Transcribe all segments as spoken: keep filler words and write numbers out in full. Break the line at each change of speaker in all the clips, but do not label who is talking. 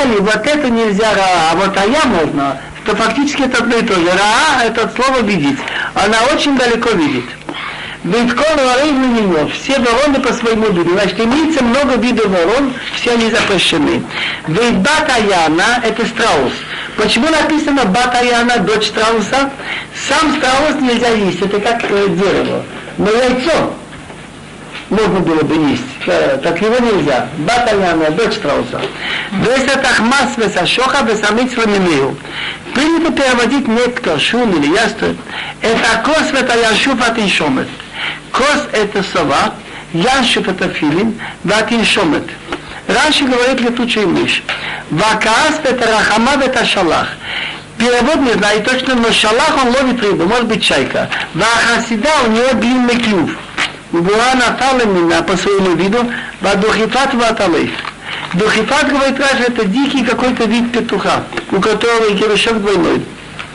вот это нельзя, а вот а я можно, то фактически это одно и то же. Раа, это слово видеть. Она очень далеко видит. Ведь все вороны по своему виду. Значит, имеется много видов ворон, все они запрещены. Ведь Батаяна это страус. Почему написано Батаяна, дочь страуса? Сам страус нельзя есть, это как э, дерево. Но яйцо можно было бы есть, э, так его нельзя. Батаяна, дочь страуса. Весатахмас весашоха весамиц ламимею. Принято переводить нектар, шум или ястреб. Это кос ветаяшуф атиншомет. Кос это сова, яншуф это филин, ватиншомет. Раши говорит летучая мышь. Вакаас это рахама это шалах. Перевод не знаю точно, но шалах он ловит рыбу, может быть чайка. Вахасида у него длинный клюв. Была наталемина по своему виду, вадухифат ваталейф. Духифат, говорит Раши, это дикий какой-то вид петуха, у которого кирушок двойной.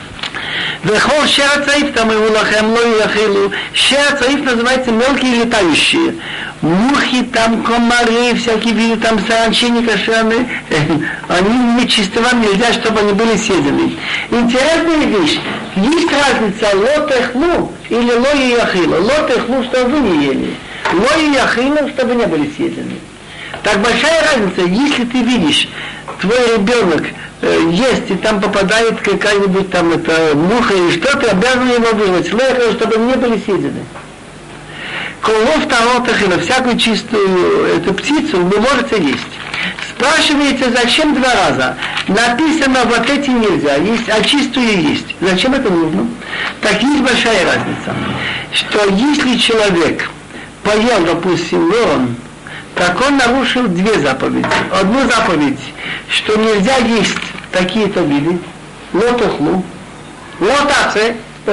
Вехол шерацаиф, там его лахем лой яхилу. Шерацаиф называется мелкие летающие. Мухи, там комары, всякие виды, там саранчи некошерные. Они нечистого, нельзя, чтобы они были съедены. Интересная вещь. Есть разница лотехлу или лой яхилу. Лотехлу, чтобы вы не ели. Лой яхилу, чтобы не были съедены. Так большая разница, если ты видишь, твой ребенок э, ест, и там попадает какая-нибудь там это, муха или что, ты обязан его вырвать, лэхэ, чтобы не были съедены. Колов таротах или всякую чистую эту птицу вы можете есть. Спрашивается, зачем два раза? Написано, вот эти нельзя есть, а чистую есть. Зачем это нужно? Так есть большая разница, что если человек поел, допустим, ворон, так он нарушил две заповеди. Одну заповедь, что нельзя есть такие-то виды, лотохлу, лотаце,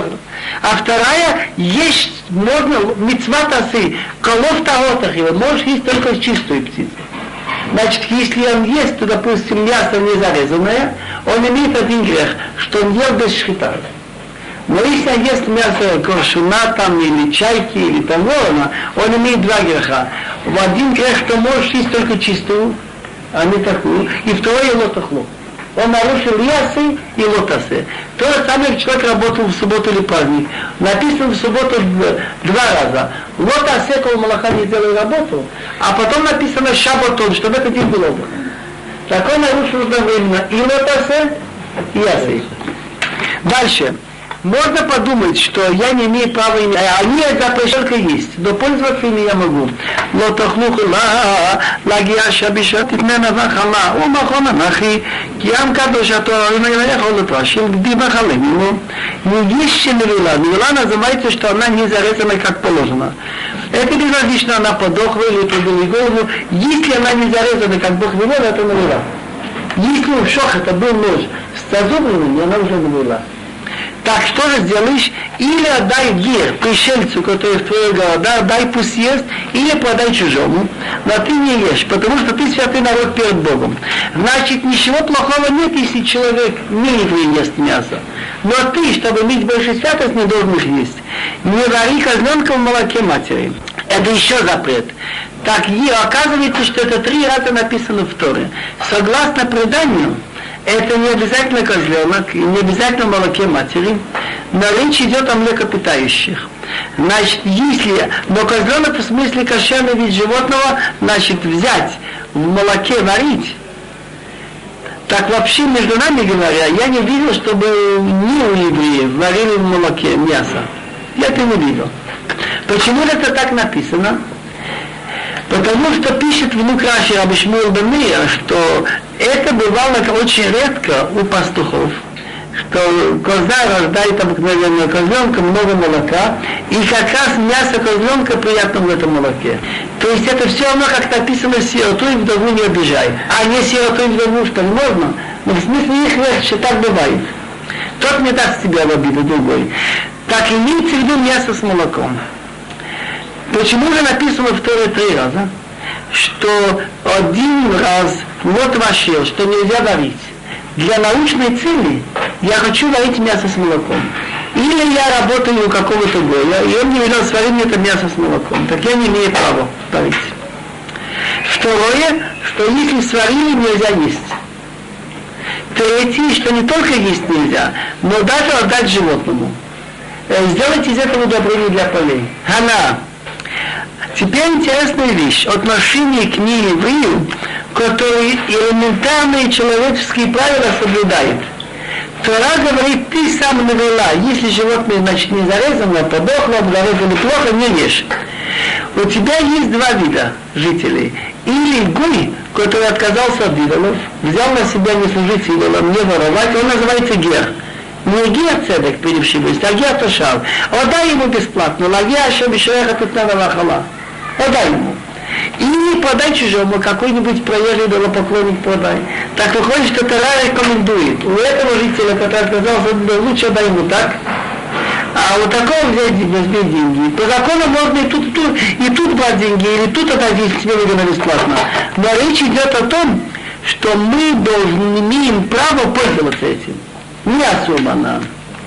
а вторая, есть можно, мицват асы, колов таротах его, можешь есть только чистую птицу. Значит, если он ест, то, допустим, мясо не зарезанное, он имеет один грех, что он ел без шхита. Но если он ест мясо коршуна там, или чайки, или там ворона, он имеет два греха. В один грех, что можешь есть только чистую, а не такую, и второе лотохлу. Он нарушил ясы и лотасы. То же самое, человек работал в субботу или праздник. Написано в субботу два раза. Лотасе, кол малаха не делал работу, а потом написано шабатон, чтобы это день был отдых. Так он нарушил одновременно и лотасе, и ясы. Дальше. Можно подумать, что я не имею права иметь, а они запрещенка есть, но пользоваться ими я могу. Лотохлуху ла, лагия шабишат итнена вахала, о махона нахи, киам кадошато, именно я холу прашил, где вахалим ему. Не есть невела, невела называется, что она не зарезана как положено. Это безразлично, она подохла или пробила голову, если она не зарезана как Бог велел, это невела. Если у шох это был нож с зазубренным, она уже невела. Так что же сделаешь? Или отдай гир пришельцу, который в твоей города, дай пусть ест, или подай чужому, но ты не ешь, потому что ты святый народ перед Богом. Значит, ничего плохого нет, если человек не еврей ест мясо. Но ты, чтобы иметь больше святость, не должен их есть. Не вари козленка в молоке матери. Это еще запрет. Так, и оказывается, что это три раза написано в Торе. Согласно преданию, это не обязательно козленок, не обязательно в молоке матери, но речь идет о млекопитающих. Значит, если, но козленок в смысле кошерный вид животного, значит, взять в молоке варить, так вообще, между нами говоря, я не видел, чтобы ни у евреев варили в молоке мясо. Я это не видел. Почему это так написано? Потому что пишет внук Раши Раби Шмуэль бен Меир, что это бывало очень редко у пастухов, что коза рождает обыкновенного козленка, много молока, и как раз мясо козленка приятно в этом молоке. То есть это все равно, как написано, сироту и вдову не обижай. А не сироту и вдову, что ли, можно? Но в смысле их легче, так бывает. Тот не даст себя в обиду, другой. Так имеется в виду мясо с молоком. Почему же написано в Торе три раза, что один раз вот вошел, что нельзя варить. Для научной цели я хочу варить мясо с молоком. Или я работаю у какого-то гоя, и он мне велел сварить мне это мясо с молоком. Так я не имею права варить. Второе, что если сварили, нельзя есть. Третий, что не только есть нельзя, но даже отдать животному. Сделать из этого удобрение для полей. Хана. Теперь интересная вещь. Отношение к нееврею, который элементарные человеческие правила соблюдает. Тора говорит, ты сам навела, если животное, значит, не зарезано, подохло, зарезано плохо, не ешь. У тебя есть два вида жителей. Или гуй, который отказался от идолов, взял на себя не служить идолам, не воровать, он называется гер. Не гер цедек перед Всевышним, а гер тошал. Отдай ему бесплатно, лагия шабишеха тут надо лахала. Отдай ему. Или подай чужому, какой-нибудь проезжий идолопоклонник подай. Так выходит, что Тора рекомендует. У этого жителя, который отказался от идолов, лучше дай ему так. А у такого взять возьми деньги. По закону можно и тут, и тут, и тут брать деньги, или тут отдать, если тебе выгодно бесплатно. Но речь идет о том, что мы должны, имеем право пользоваться этим. Не особо нам.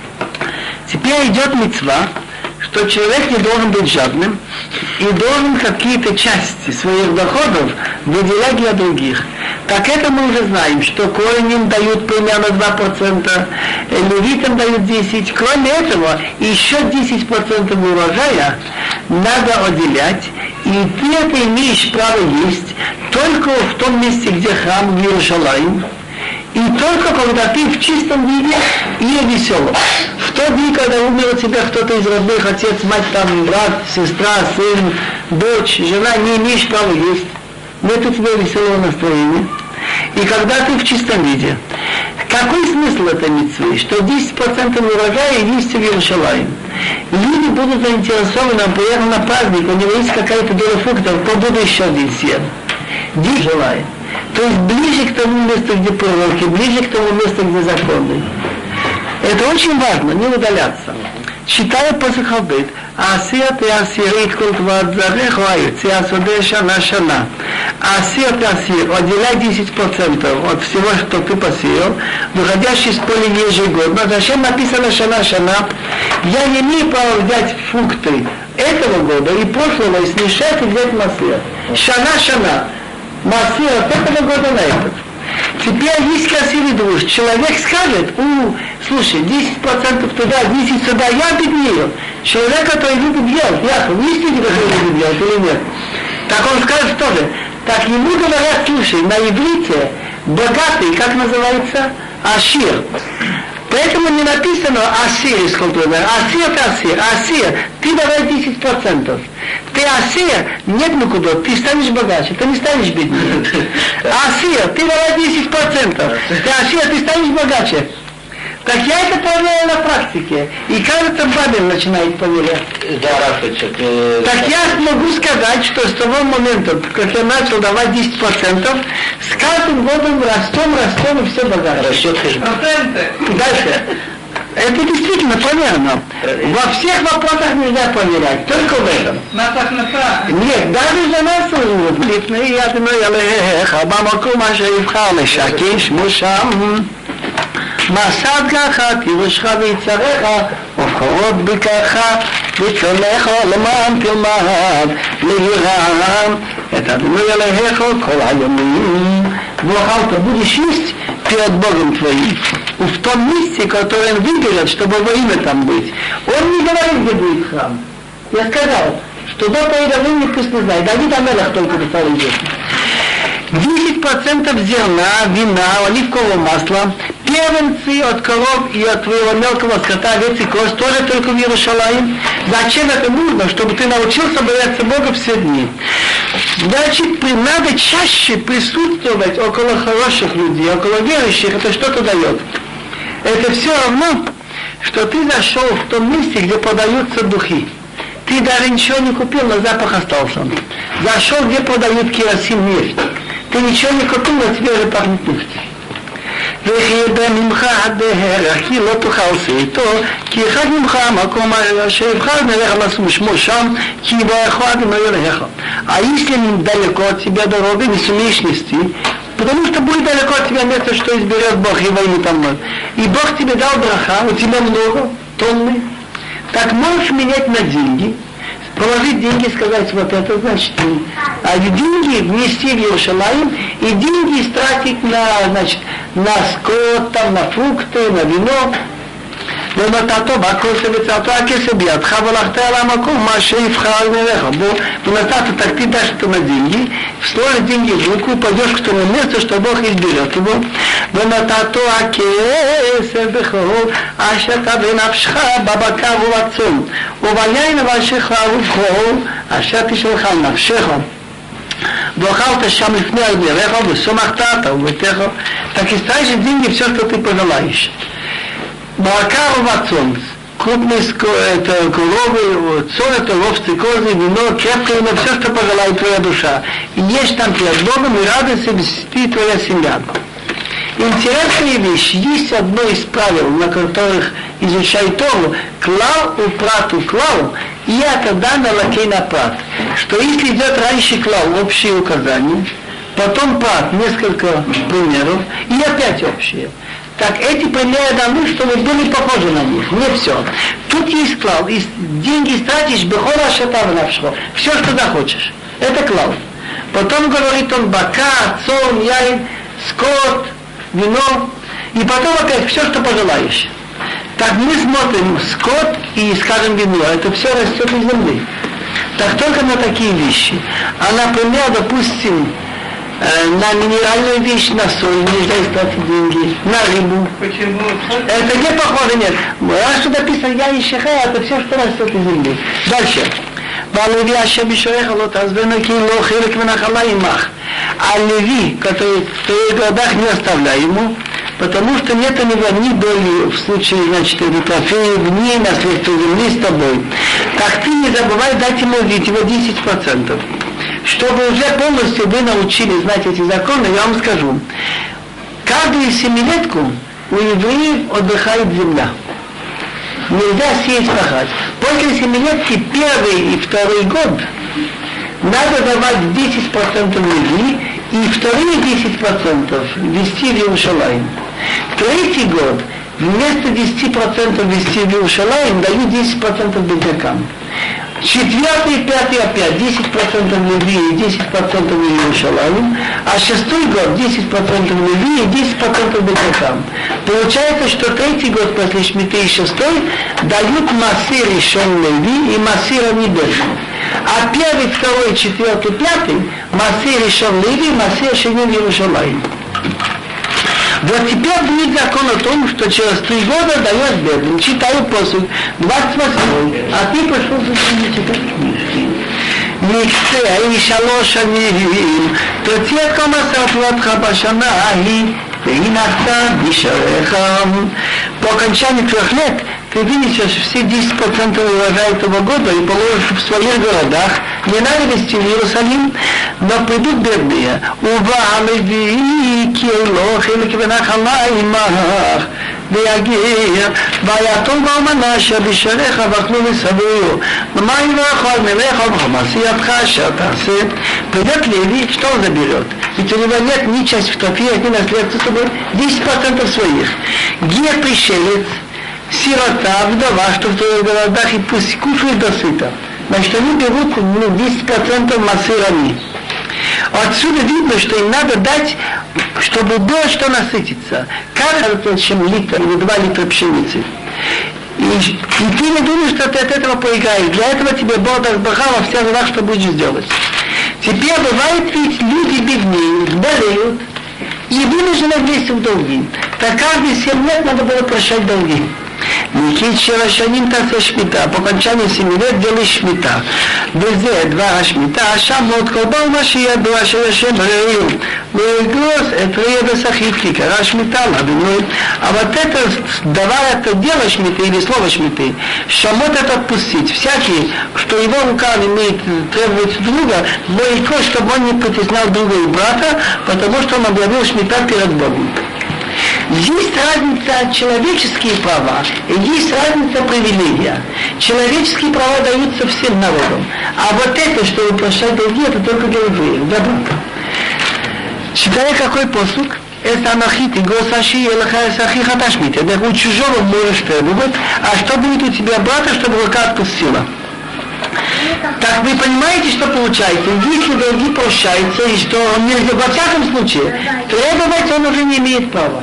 Теперь идет мицва, что человек не должен быть жадным и должен какие-то части своих доходов выделять для других. Так это мы уже знаем, что коэним дают примерно два процента, левитам дают десять процентов. Кроме этого, еще десять процентов урожая надо отделять, и ты это имеешь право есть только в том месте, где храм в Иерусалиме, и только когда ты в чистом виде и веселом. В тот день, когда умер у тебя кто-то из родных, отец, мать, там, брат, сестра, сын, дочь, жена, не имеешь права есть. Нет у тебя веселого настроения. И когда ты в чистом виде. Какой смысл этой мицвы? Что десять процентов урожая есть в Иерусалиме. Люди будут заинтересованы, он приехал на праздник, у него есть какая-то доля фруктов, то буду еще один съем. Десять желает. То есть ближе к тому месту, где пророки, ближе к тому месту, где законы. Это очень важно, не удаляться. Читая после Халбет, Асир ты асирит культват зарех лайт, сиасуде шана шана. Асир ты асир, отделяй десять процентов от всего, что ты посеял, выходящий с поля ежегодно. Зачем написано шана шана? Я не имею права взять фрукты этого года и прошлого, и смешать и взять массир. Шана шана. Массир от этого года на этот. Теперь есть красивый друж. Человек скажет, у, слушай, десять процентов туда, десять сюда, я беднею. Человек, который любит делать, ясно, есть люди, которые любят делать или нет? Так он скажет тоже. Так ему говорят, слушай, на иврите богатый, как называется? Ашир. Поэтому не написано асир из культуры. Асир это асир. Асир, ты давай десять процентов. Ты асир, нет никуда, ты станешь богаче, ты не станешь беднее. Асир, ты давай десять процентов. Ты асир, ты станешь богаче. Так я это проверяю на практике. И кажется, Бабель начинает проверять.
Да, Рафичек. Э,
так я могу сказать, что с того момента, как я начал давать десять процентов, с каждым годом растем, растем и все богаче.
Растет
проценты. Дальше. Это действительно понятно. Во всех вопросах нельзя проверять, только в этом. Нет, даже за нас служит. Липны ядной алеха, бамакума шеивха лешакиш мушам. מסד ככה, תירושך ויצריך, ובחורות בככה, וצונך למען תלמד, להירם, את אדוני אלוהיך כל הימים. ואכלת, будешь есть перед Богом твоим, в том месте, которое он выберет, чтобы во имя там быть. Он не говорит, где будет храм. Я сказал, что до того времени пусть не знает. Давид Амелах только писал известно. десять процентов зерна, вина, оливкового масла, первенцы от коров и от твоего мелкого скота, овец и коз, тоже только в Иерусалиме. Зачем это нужно? Чтобы ты научился бояться Бога все дни. Значит, надо чаще присутствовать около хороших людей, около верующих, это что-то дает. Это все равно, что ты зашел в том месте, где подаются духи. Ты даже ничего не купил, но запах остался. Зашел, где продают керосин, нефть. Ты ничего не купил, но тебе уже пахнет нефть. וכי ממך הדרך, כי לא תוכל שאיתו, כי אחד ממך המקום שיבחר נלך לשום שמו שם, כי יבואך אדוני אלוהיך. А если далеко от тебя дорога, не сумеешь нести, потому что будет далеко от тебя место, что изберет Бог, и во имя там. И Бог тебе дал браха, у тебя много, тонны. Так можешь менять на деньги, положить деньги, сказать, вот это значит, а деньги внести в Иерусалим, и деньги истратить на, значит, на скот, там, на фрукты, на вино. ונתתו בכוסף וצרתו הכסף בידך והלכת על המקום מה שיבחר מלך בו ונתת так ты дашь этому деньги сложишь деньги в руку пойдешь к тому месту что Бог изберет его ונתתו הכסף בכור אשר בנפשך בבקר ובצאן וביין ובשיך ובכור אשר תשלך על נפשך ואכלת שם לפני עיניך ושמחת אתה וביתך так и ставишь деньги все что ты пожелаешь. Молока овцом, крупные это коровы, соль это овцы, козы, вино, крепкое вино, все, что пожелает твоя душа. И ешь там перед Богом и радуйся, спи твоя семья. Интересная вещь, есть одно из правил, на которых изучает Тору, клал у прату клал, и это дано лакей на прат. Что если идет раньше клал, общие указания, потом прат, несколько примеров, и опять общие. Так эти примеры даны, чтобы были похожи на них. Не все. Тут есть клал. И деньги тратишь, бехора шатава навшо. Все, что захочешь. Это клал. Потом говорит он бака, цон, яйн, скот, вино. И потом опять все, что пожелаешь. Так мы смотрим скот и, скажем, вино. Это все растет из земли. Так только на такие вещи. А, например, допустим, на минеральную вещь, на соль, нельзя истратить деньги, на рыбу.
Почему?
Это не похоже, нет. Раз что написано я и шеха, это все, что растет из земли. Дальше. А леви, который в твоих городах не оставляй ему, потому что нет у него ни доли в случае, значит, этой трофеи, ни наследства земли с тобой. Так ты не забывай дать ему вид, его десять процентов. Чтобы уже полностью вы научились знать эти законы, я вам скажу. Каждую семилетку у евреев отдыхает земля. Нельзя сеять, пахать. После семилетки первый и второй год надо давать десять процентов леви и вторые десять процентов везти в Иерусалим. Третий год вместо десяти процентов везти в Иерусалим дают десять процентов беднякам. Четвертый, пятый опять десять процентов леви и десять процентов в Иерусалим, а шестой год десять процентов леви и десять процентов беднякам. Получается, что третий год после Шмиты и шестой дают массир решен леви и массир небесный. А первый, второй, четвертый, пятый массир решен леви и массир шени в Иерусалим. Вот теперь будет закон о том, что через три года дает бедным. Читаю посуд двадцать восьмой, а ты пошел за читать книжки. Никце и шалош анивим, то те, кому сафлатха башана ахи, и нахта бишарехам. По окончании трех лет ты вынесешь все десять процентов урожая этого года и положишь в своих городах. Не надо везти в Иерусалим, но придут бедные. Ува леви киело хилик венахалай мах ויגיע ויתום באמנה שבשעריך ואכלו מסביבו ומים לא יכול מלך או בחמאסי ידך אשר תעשה. Придет Леви, что он заберет? Ведь у него нет ни часть в трофеях, ни наследства с собой, десять процентов своих. Где пришелец, сирота, вдова, что в твоих городах, и пусть кушают до сыта. Значит, они берут ну, десять процентов массирами. Отсюда видно, что им надо дать, чтобы было что насытиться. Кажется, чем литр или два литра пшеницы. И, и ты не думаешь, что ты от этого поиграешь. Для этого тебе Бог даст браха во всех делах, что будешь делать. Теперь бывает ведь люди беднеют, болеют и вынуждены влезть в долги. Так каждые семь лет надо было прощать долги. Никит шерашаним тасе шмита. По окончании семи лет делай шмита. Везе два шмита. Шам от колбал машия два шерашем рею. Легос это рея бесахитки. Кара шмита ладуной. А вот это, давая это дело шмиты или слово шмиты, шамот это отпустить. Всякий, что его рука имеет, требует друга, но и то, чтобы он не притеснял друга и брата, потому что он объявил шмита перед Богом. Есть разница человеческие права, и есть разница привилегия. Человеческие права даются всем народам, а вот это, чтобы прощать долги, это только для евреев, для брата. Читай какой послуг? Это анахит, и госаши, и лахаясахи хаташмит. Это у чужого можешь требовать, а что будет у тебя брата, чтобы рука отпустила. Так вы понимаете, что получается? Если долги прощаются, и что нельзя, во всяком случае, требовать он уже не имеет права.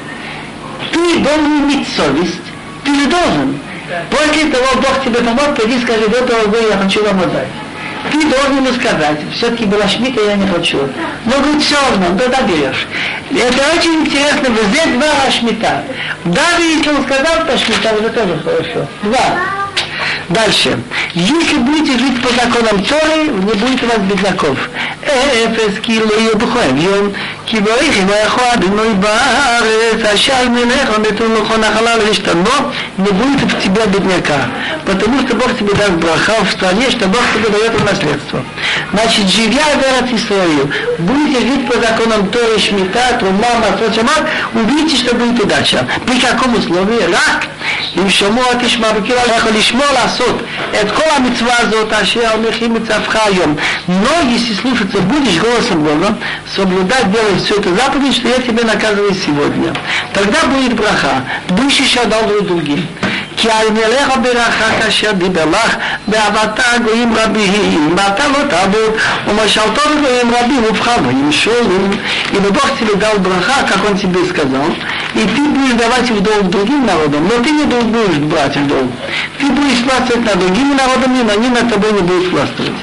Ты должен иметь совесть, ты же должен. После того, Бог тебе помог, приди, скажи, вот дорогой, я хочу вам отдать. Ты должен ему сказать, все-таки была шмита, я не хочу. Но говорит, все равно, тогда берешь. Это очень интересно, вы здесь два шмита. Даже если он сказал, то шмита, уже тоже хорошо. Два. Дальше. Если будете жить по законам Торы, не будет у вас бедняков. Эфес кило и бухайвьон, киборих и ваяхуад, но и баарец, ашаль минеха, метулухо нахалал лиштано, не будет в тебя бедняка. Потому что Бог тебе даст браха в стране, что Бог тебе дает в наследство. Значит, живя в Эрец Исраил, будете жить по законам Торы, Шмита, Трума, Масот, Шамат, увидите, что будет удача. При каком условии? Рак. אם שמוע תשמע וכאילו יכול לשמוע לעשות את כל המצווה הזאת אשר הולכים מצווך היום. Но если слушаться будешь голосом Бога, соблюдать, делать все это заповедь, что я тебе наказываю сегодня, тогда будет браха. Будешь еще одалживать другим. כי על מלך ברכה כאשר דיבר לך בעבדת גויים רבים ואתה לא תעבוד ומשלתו בגויים רבים ובחרים шолом. Ибо Бог тебе дал браха, как он тебе сказал, и ты будешь давать в долг другим народам, но ты не будешь брать в долг. Ты будешь властвовать над другими народами, но они над тобой не будут властвовать.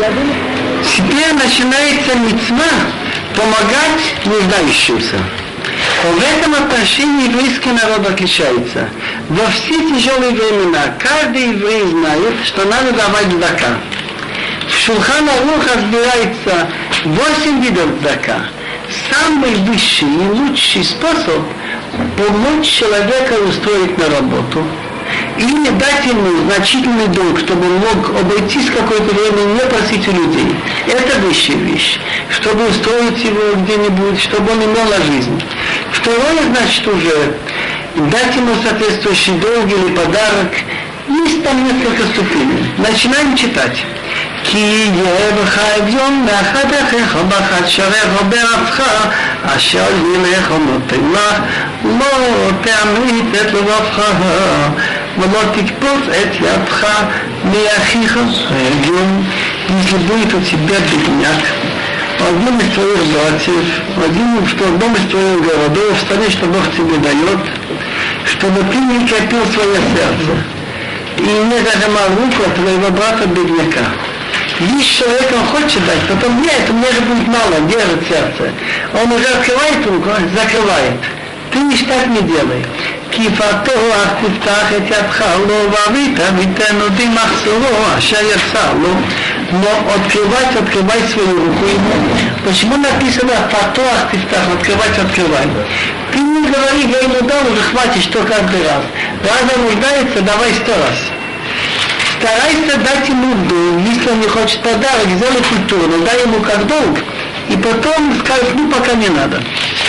Теперь начинается мицва помогать нуждающимся. В этом отношении еврейский народ отличается. Во все тяжелые времена каждый еврей знает, что надо давать цдака. В Шулхан Арух разбирается восемь видов цдака. Самый высший и лучший способ помочь человеку устроить на работу или дать ему значительный долг, чтобы он мог обойтись какое-то время и не просить у людей. Это высшая вещь. Чтобы устроить его где-нибудь, чтобы он имел на жизнь. Второе, значит, уже дать ему соответствующий долг или подарок. Есть там несколько ступеней. Начинаем читать. כי יהיה בך אביון מאחד אחיך באחד שריך ברבך אשר ילך ונותן לך לא תעמית את לבבך ולא תקפוץ את ידך מאחיך אביון. Если будет у тебя бедняк, в одном из твоих братьев, в одном из твоих городов, в стране, что Бог тебе дает, чтобы ты не копил свое сердце и не зажимал руку от твоего брата бедняка. Есть человек, он хочет дать, потом нет, у меня же будет мало, держит сердце. Он уже открывает руку, закрывает. Ты лишь так не делай. כיפתו אך תפתח את ידך לו ואבית ויתן אותי מחסורו אשר יצא לו. Но открывать, открывать свою руку ему. Почему написано «Фатоах тифтах», открывать, открывай? Ты не говори, я ему дал, уже хватит, что каждый раз. Раз он нуждается, давай сто раз. Старайся дать ему долг, если он не хочет подарок, сделай культуру, дай ему как долг, и потом скажешь, ну пока не надо.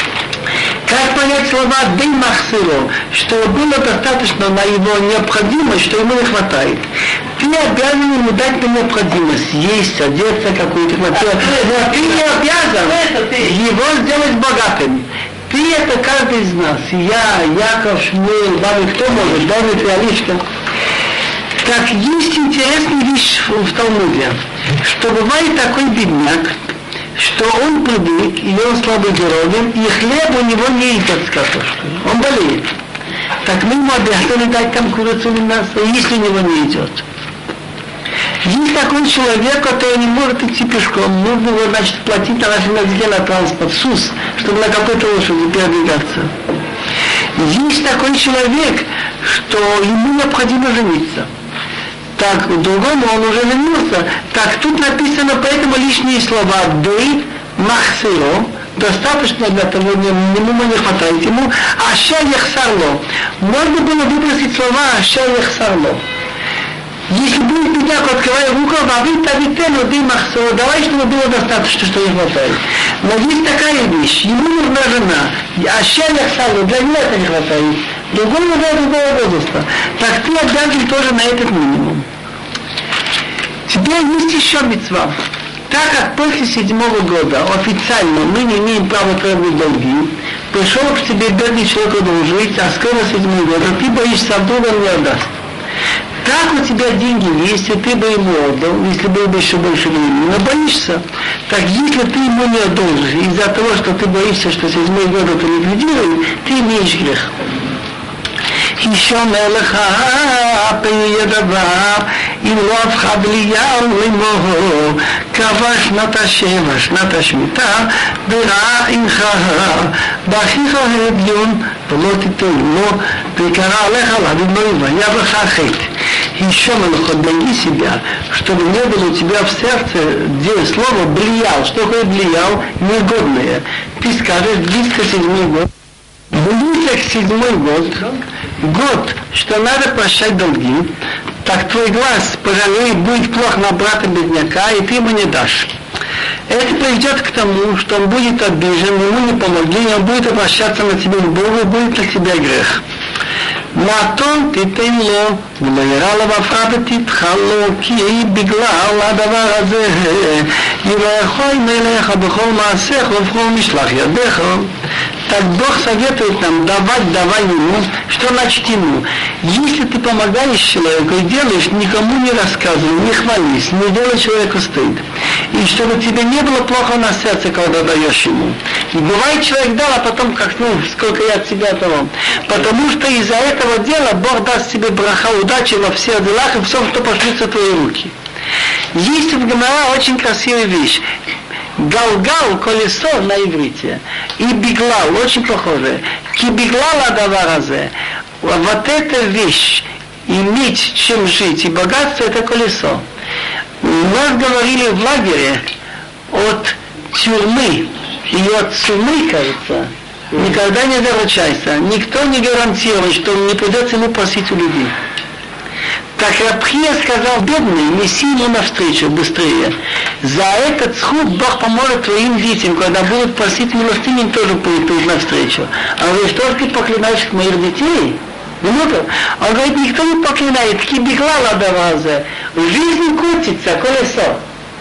Как понять слова «дей махсиро», что было достаточно на его необходимость, что ему не хватает. Ты обязан ему дать на необходимость, есть, одеться, какую-то квартиру, но ты не обязан его сделать богатым. Ты это каждый из нас, я, Яков, Шмуэль, Бабы, кто может, Бабы, Фиалишка. Так, есть интересная вещь в Талмуде, что бывает такой бедняк, что он привык, и он слабый здоровьем, и хлеб у него не идет с картошкой. Он болеет. Так мы ему обязаны дать там курицу или мясо, если у него не идет. Есть такой человек, который не может идти пешком, нужно его, значит, платить на нашем языке на транспорт, СУС, чтобы на какой-то лошади передвигаться. Есть такой человек, что ему необходимо жениться. Так, другому он уже женился. Так, тут написано, поэтому лишние слова «дей», «махсиро», достаточно для того, ему не хватает ему, «аша яхсарло». Можно было выбросить слова «аша яхсарло». Если будет бедняк, открывай руку, «вавит авитену дей махсиро», давай, чтобы было достаточно, что не хватает. Но есть такая вещь, ему нужна жена, «аша яхсарло», для него это не хватает. Другому для другого возраста. Так ты обязан тоже на этот минимум. Теперь есть еще мицва. Так как после седьмого года официально мы не имеем права требовать долги, пришел к тебе бедный человек должен жить, а скоро седьмой год, ты боишься, вдруг он не отдаст. Так у тебя деньги есть, и ты бы ему отдал, если было бы еще больше времени, но боишься. Так если ты ему не одолжишь, из-за того, что ты боишься, что седьмой год это ликвидирует, ты имеешь грех. הישומר לך פי הדבר אם לא הפכה בליהו לאמור קבע שנת השבע שנת השמיטה ברעה עמך באחיך האביון ולא תיתן לו וקרא עליך להביא לו והיה בך חטא. Hišomер לך береги себя, чтобы не было у тебя в сердце где слово блиял. Что такое блиял? Негодное. Ты скажешь близко седьмой год. Близко к седьмой год, год, что надо прощать долги, так твой глаз пожалеет, будет плохо на брата бедняка, и ты ему не дашь. Это приведет к тому, что он будет обижен, ему не помогли, он будет обращаться на тебя к Богу, и будет на тебя грех. מתון תיתן לו ולא ירא לו הפרעה ותתחה לו כי בגלל הדבר הזה יברכו מלך בכל מעשיך ובכל משלח ידיך. Так Бог советует нам давать, давай ему, что значит ему. Если ты помогаешь человеку и делаешь, никому не рассказывай, не хвались, не делай человеку стыд. И чтобы тебе не было плохо на сердце, когда даешь ему. И бывает, человек дал, а потом как, ну, сколько я от тебя того. Потому что из-за этого дела Бог даст тебе браха, удачи во всех делах и всем, что пошлется в твои руки. Есть в Гемара очень красивая вещь. Галгал, колесо на иврите, и биглал, очень похоже. Ки биглал адаваразе. Вот эта вещь, иметь чем жить, и богатство это колесо. У нас говорили в лагере от тюрьмы и от сумы, кажется, никогда не заручайся. Никто не гарантирует, что не придется ему просить у людей. Так Рабхия сказал, бедный, неси ему навстречу быстрее. За этот сход Бог поможет твоим детям, когда будут просить милостыню, им тоже придут навстречу. А говорит, что ты поклинаешь моих детей? Минуту. Он говорит, никто не поклинает, кибиглала давазе. В жизни крутится колесо.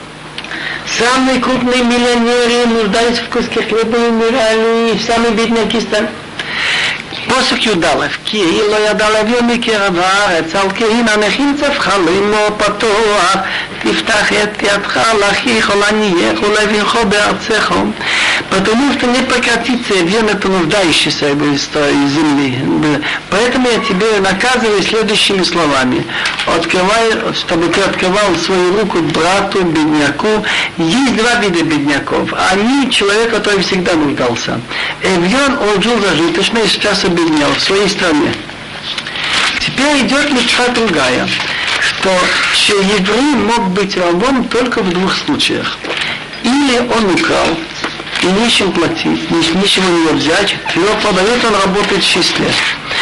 Самые крупные миллионеры нуждались в куске хлеба и умирали, и самые бедняки стали. פוסק י"א, כי היא לא ידע להביא מקרב הארץ, על כן הנכים צפך לאמור פתוח, תפתח את ידך לאחיך ולעניך ולאביך בארצך, потому что не прекратится вен это нуждающийся из земли. Поэтому я тебе наказываю следующими словами. Открывай, чтобы ты открывал свою руку брату, бедняку. Есть два вида бедняков. Они человек, который всегда нуждался. Эвьон, он жил зажиточно и сейчас обеднял в своей стране. Теперь идет митцва другая, что еврей мог быть рабом только в двух случаях. Или он украл, и нечем платить, ничего не взять, его продает, он работает шесть лет.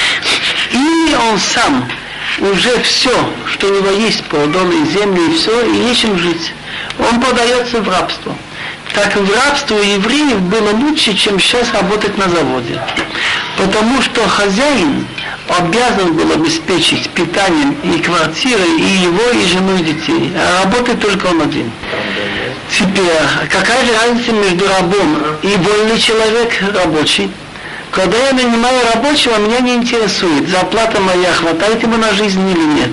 Или он сам уже все, что у него есть, продал и землю, и все, и нечем жить. Он подается в рабство. Так в рабство у евреев было лучше, чем сейчас работать на заводе. Потому что хозяин обязан был обеспечить питанием и квартирой, и его, и жену, и детей. А работает только он один. Теперь, какая же разница между рабом и вольный человек, рабочий? Когда я нанимаю рабочего, меня не интересует, зарплата моя, хватает ему на жизнь или нет.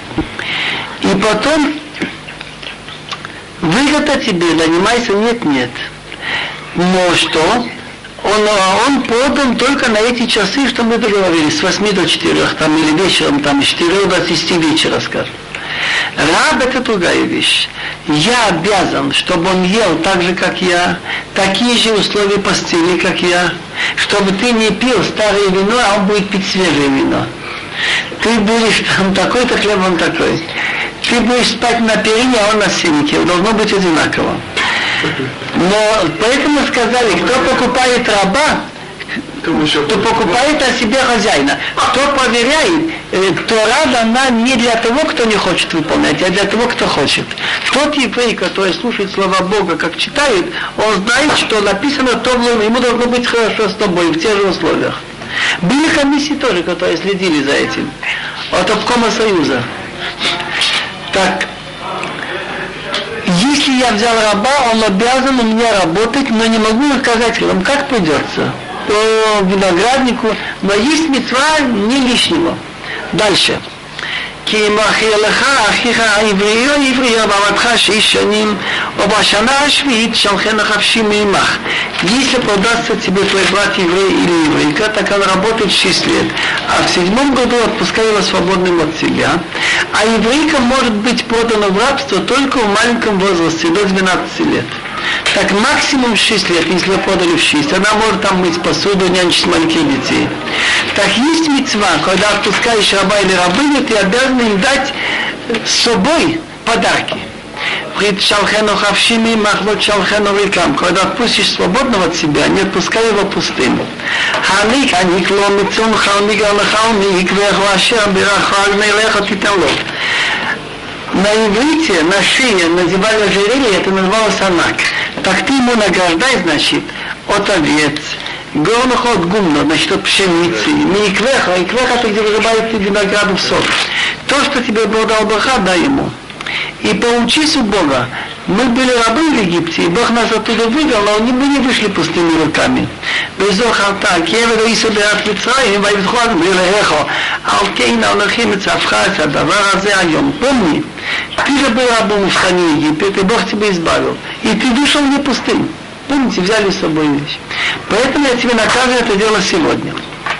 И потом, выгода тебе, нанимайся, нет-нет. Но что? Он, он продан только на эти часы, что мы договорились, с восьми до четырех, там, или вечером, там, с четырех до десяти вечера, скажем. Раб это другая вещь. Я обязан, чтобы он ел так же, как я, такие же условия постели, как я, чтобы ты не пил старое вино, а он будет пить свежее вино. Ты будешь там такой-то хлеб, он такой. Ты будешь спать на перине, а он на сеннике. Должно быть одинаково. Но поэтому сказали, кто покупает раба, кто покупает о себе хозяина. Кто проверяет, Тора дана не для того, кто не хочет выполнять, а для того, кто хочет. Тот еврей, который слушает слова Бога, как читает, он знает, что написано то, ему должно быть хорошо с тобой в тех же условиях. Были комиссии тоже, которые следили за этим. От обкома Союза. Так, если я взял раба, он обязан у меня работать, но не могу сказать вам, как придется. По винограднику, но есть мицва не лишнего. Дальше. כי מכיר לך אחיך העברי או עברי ועבדך шесть שנים, או בשנה השביעית שלחנו חפשי מעמך. Если продастся тебе твой брат еврей или еврейка, так он работает шесть лет, а в седьмом году отпускай его свободным от себя. А еврейка может быть продана в рабство только в маленьком возрасте, до двенадцати лет. Так максимум шесть лет, если вы подали в шесть, она может там мыть посуду, нянчить маленьких детей. Так есть мицва, когда отпускаешь раба или рабыню, ты обязан им дать с собой подарки. Когда отпустишь свободного от себя, не отпускай его пустым. На иврите, на шее надевали ожерелье, это называлось анак. Так ты ему награждай, значит, от овец, горных от гумна, значит, от пшеницы, не иквеха, иквеха это где вырубают винограду в сок. То, что тебе Бог дал браха, дай ему. И поучись у Бога. Мы были рабы в Египте, и Бог нас оттуда вывел, но мы не вышли пустыми руками. Помни, ты же был рабом в стране Египет, и Бог тебя избавил. И ты вышел не пустым. Помните, взяли с собой вещи. Поэтому я тебе наказываю это дело сегодня.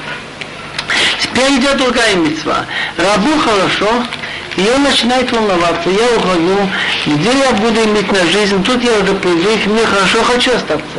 Теперь идет другая мицва. Рабу хорошо, и он начинает волноваться, я ухожу, где я буду иметь на жизнь, тут я уже привык, мне хорошо, хочу остаться.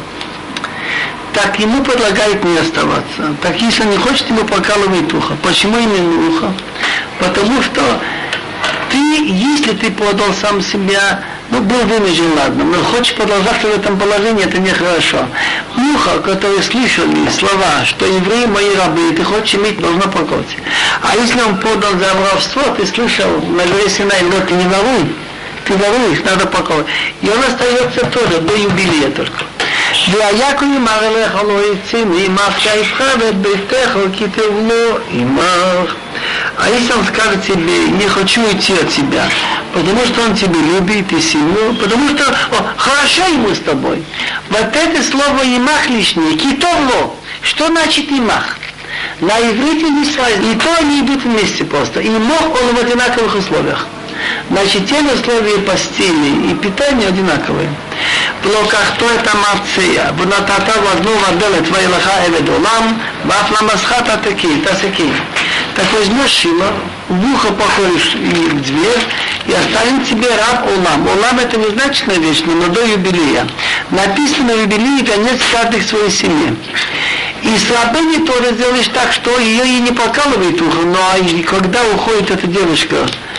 Так ему предлагают не оставаться. Так если не хочет, ему прокалывает ухо. Почему именно ухо? Потому что ты, если ты продал сам себя, ну, был вынужден, ладно, но хочешь продолжаться в этом положении, это нехорошо. Ухо, которые слышали слова, что евреи мои рабы, и ты хочешь иметь, должно проколоть. А если он продал за воровство, ты слышал на горе Синай, но ты не воруй, ты воруешь, надо проколоть. И он остается тоже до юбилея только. והיה יאמר אליך לא יצא מעמך יבחר את ביתך כי תבוא עמך. А если он скажет тебе, не хочу уйти от тебя, потому что он тебя любит и сильно, потому что о, хорошо ему с тобой. Вот это слово «имах» лишнее, «китовло». Что значит «имах»? На иврите не связано, и то они идут вместе просто. И мох он в одинаковых условиях. Значит, те условия постели и питания одинаковые. ולקחתו את המרצע, ונתתה וזנו בדלת וילך עבד עולם, ואף למסחת התקי, так возьмешь шило, в ухо походишь в дверь, и оставим тебе раб Олам. Олам это не значит навечно, но до юбилея. Написано в юбилее конец каждой своей семье. И с рабыней тоже сделаешь так, что ее и не покалывает ухо, но когда уходит эта девушка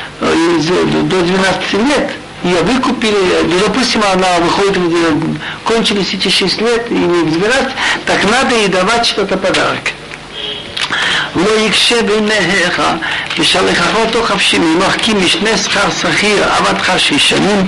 до двенадцати лет, ее выкупили, допустим, она выходит, кончились эти шесть лет и не двенадцать, так надо ей давать что-то подарок. לא יקשה ביניך ושלחך אותו חפשי ממך כי משנה שכר שכיר עבדך שש שנים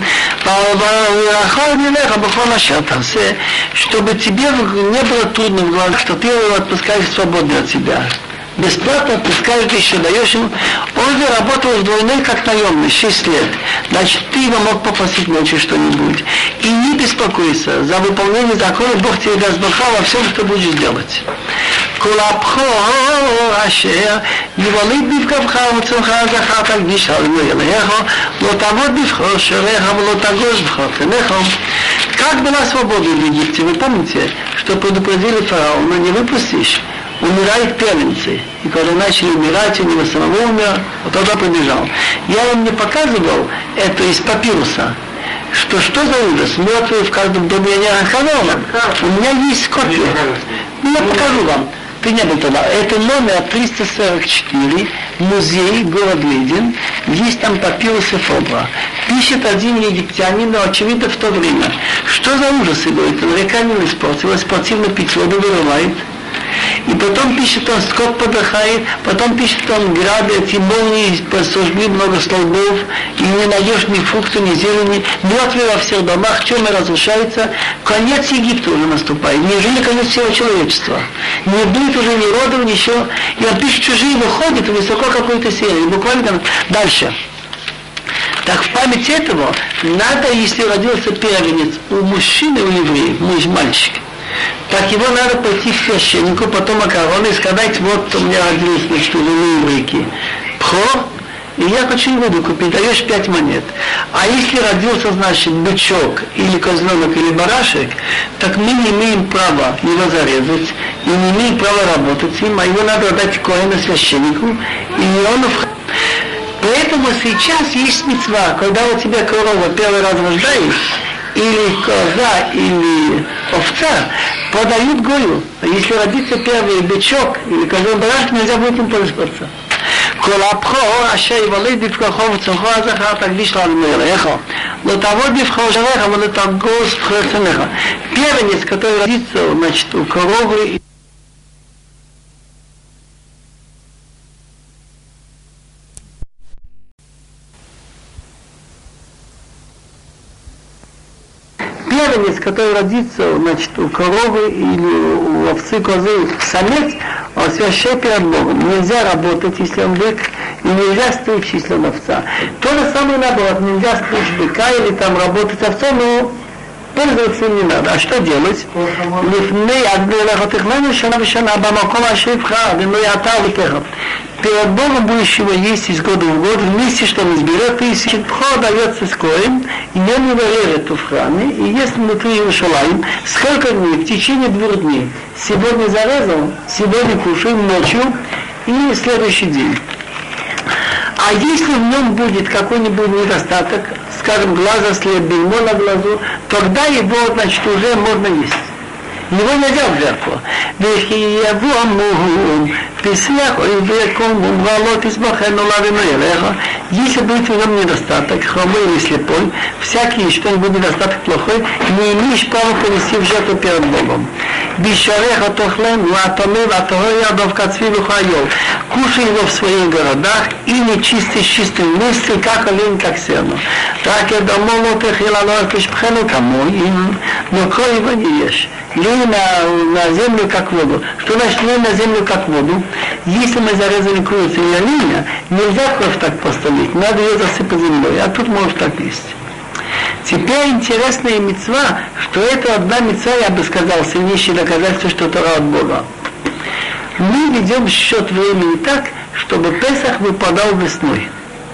ואחר מלך בכל אשר תעשה, чтобы тебе не было трудно в глазах, что ты его отпускаешь свободно от себя. Бесплатно отпускаешь, ты еще даешь ему. Он же работал вдвойне как наемный, шесть лет. Значит, ты его мог попросить ночью что-нибудь. И не беспокойся, за выполнение закона Бог тебе даст браха во всем, что будешь делать. כל הבכור אשר יוולד בבקבך ומצונך זכר תקדיש עלינו אליך לא תעבוד בבכור שריך ולא תגוז בכור פניך. Как была свобода в Египте, вы помните, что предупредили фараона, не выпустишь, умирают первенцы. И когда начали умирать, у него самого умер, вот тогда побежал. Я вам не показывал это из папируса, что что за ужас, мертвые в каждом доме, я не рассказал вам. У меня есть копия. Ну, я покажу вам. Ты не был тогда. Это номер триста сорок четыре, музей, город Лидин. Есть там папирусы Фобра. Пишет один египтянин, но очевидно в то время. Что за ужасы, говорит, река не испортилась, спортивно пить воду вырывает. И потом пишет он, скот подыхает, потом пишет он, грады, эти молнии, сожгли много столбов, и не найдешь ни фрукта, ни зелени, мертвые во всех домах, темы разрушается, конец Египта уже наступает, неужели конец всего человечества? Не будет уже ни родов, ничего, и он пишет, чужие выходят, высоко какой-то серии, буквально дальше. Так в память этого надо, если родился первенец у мужчины, у евреев, муж, мальчик, так его надо пойти к священнику, потом Акарон и сказать, вот у меня родились, значит, у еврейки Пхор, и я хочу воду купить, даешь пять монет. А если родился, значит, бычок, или козленок, или барашек, так мы не имеем права его зарезать, и не имеем права работать с ним, а его надо отдать коэну священнику, и он... Поэтому сейчас есть мицва, когда у тебя корова первый раз рождаешь, или коза, или овца, подают гою. А если родится первый бычок, или козел барашек, нельзя будет им пользоваться. כל הבכור אשר יוולד בבכורכו וצמחו הזכר תקדיש לאלמלך לא תעבוד בבכור שלך אבל תרגוס בבכור צמך. Первенец, который родится, значит, у коровы. Первенец, который родится, значит, у коровы или у овцы, козы, самец, он священ перед Богом. Нельзя работать, если он бык, и нельзя стричь, если он овца. То же самое наоборот, нельзя стричь быка или там работать овцой, но пользоваться им не надо. А что делать? Перед Богом будущего есть из года в год, вместе, что он изберет, тысячи пхо дается с коем, и не вырежет в храме, и есть внутри Иерусалим, сколько дней? В течение двух дней. Сегодня зарезал, сегодня кушаем ночью, и следующий день. А если в нем будет какой-нибудь недостаток, скажем, глаза след, бельмо на глазу, тогда его, значит, уже можно есть. Его нельзя в жертву. Если будет в нем недостаток, хромой или слепой, всякий что-нибудь недостаток плохой, не имеешь права понести в жертву перед Богом. Кушай его в своих городах и не чисти с чистым мыслью, как олень, как серну. Так я домой кому им, но крови его не ешь. Лей на, на землю как воду. Что значит лей на землю как воду? Если мы зарезали курицу и оленя, нельзя кровь так поставить, надо ее засыпать землей, а тут может так есть. Теперь интересная мицва, что это одна мицва, я бы сказал, сильнейшее доказательство, что Тора от Бога. Мы ведем счет времени так, чтобы Песах выпадал весной.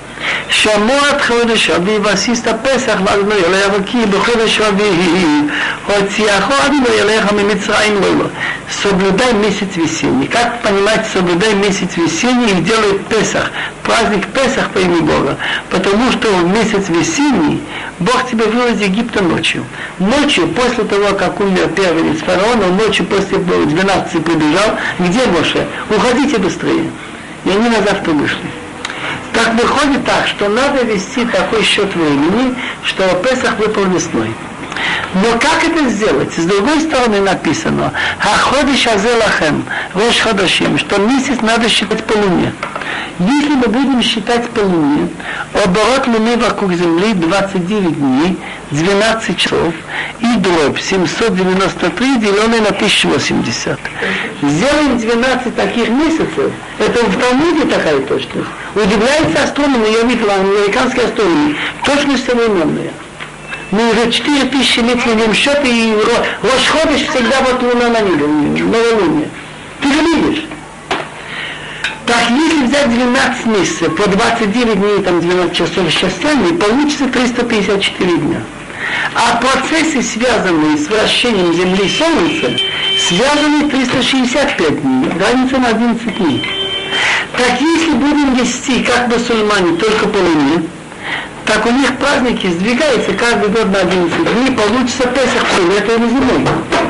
שמוע חודש אביב עשית פסח לאדוני אלוהיך כי בחודש אביב הוציאך אדוני אלוהיך ממצרים לו. Соблюдай месяц весенний. Как понимать, соблюдай месяц весенний и делай Песах, праздник Песах по имени Бога. Потому что в месяц весенний Бог тебя вывел из Египта ночью. Ночью, после того, как умер первенец фараона, ночью после двенадцати прибежал, где Моше? Уходите быстрее. И они на завтра вышли. Так выходит так, что надо вести такой счет времени, что Песах выпал весной. Но как это сделать? С другой стороны написано, «Хаходиш азелахем, рош ходашим», что месяц надо считать по луне. Если мы будем считать по луне, оборот луны вокруг Земли двадцать девять дней, двенадцать часов, и дробь семьсот девяносто три, деленное на тысяча восемьдесят. Сделаем двенадцать таких месяцев, это в Талмуде такая точность. Удивляется астрономы, я видел американские астрономы, точность современная. Мы уже четыре тысячи лет ведем счет, и Рош-Ходеш всегда вот луна на небе, новолуние. Ты же видишь. Так, если взять двенадцать месяцев, по двадцать девять дней, там двенадцать часов с частями, получится триста пятьдесят четыре дня. А процессы, связанные с вращением Земли и Солнца, связаны триста шестьдесят пять дней, разница на одиннадцать дней. Так, если будем вести, как мусульмане, только по луне, так у них праздники сдвигаются каждый год на одиннадцать дней, получится Песах все лето или зимой.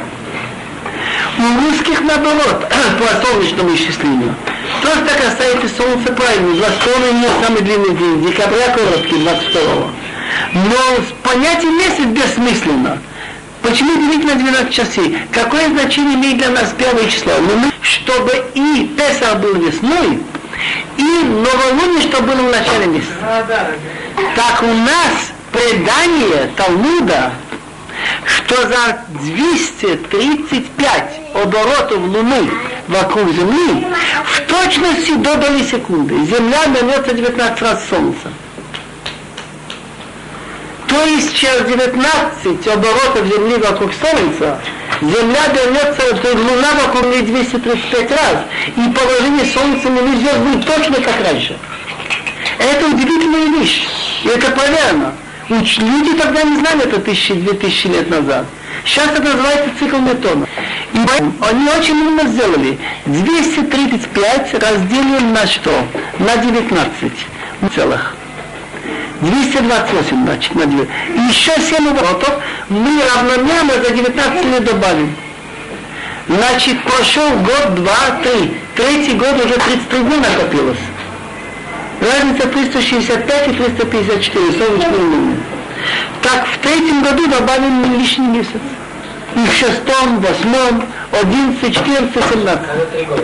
У русских наоборот, по солнечному исчислению. Тоже так касается солнца правильно, двадцать второго нет самый длинный день, декабря короткий, двадцать второго. Но понятие месяц бессмысленно. Почему делить на двенадцать часов? Какое значение имеет для нас первое число? Чтобы и Песах был весной, и новолуние, что было в начале месяца. Так у нас предание Талмуда, что за двести тридцать пять оборотов Луны вокруг Земли в точности до доли секунды Земля вернется девятнадцать раз Солнца. То есть через девятнадцать оборотов Земли вокруг Солнца Земля вернется, то есть Луна вокруг нее двести тридцать пять раз, и положение Солнца Луны звезд будет точно как раньше. Это удивительная вещь. И это проверено. Люди тогда не знали это тысячи, две тысячи лет назад. Сейчас это называется цикл Ньютона. И они очень умно сделали. двести тридцать пять разделим на что? На девятнадцать целых. двести двадцать восемь, значит, на девять. И еще семь оборотов мы равномерно за девятнадцать лет добавим. Значит, прошел год, два, три. Третий год уже тридцать три дня накопилось. Разница триста шестьдесят пять и триста пятьдесят четыре, сорок четыре минуты. Так в третьем году добавим лишний месяц. И в шестом, восьмом, одиннадцатом, четырнадцатом, семнадцатом.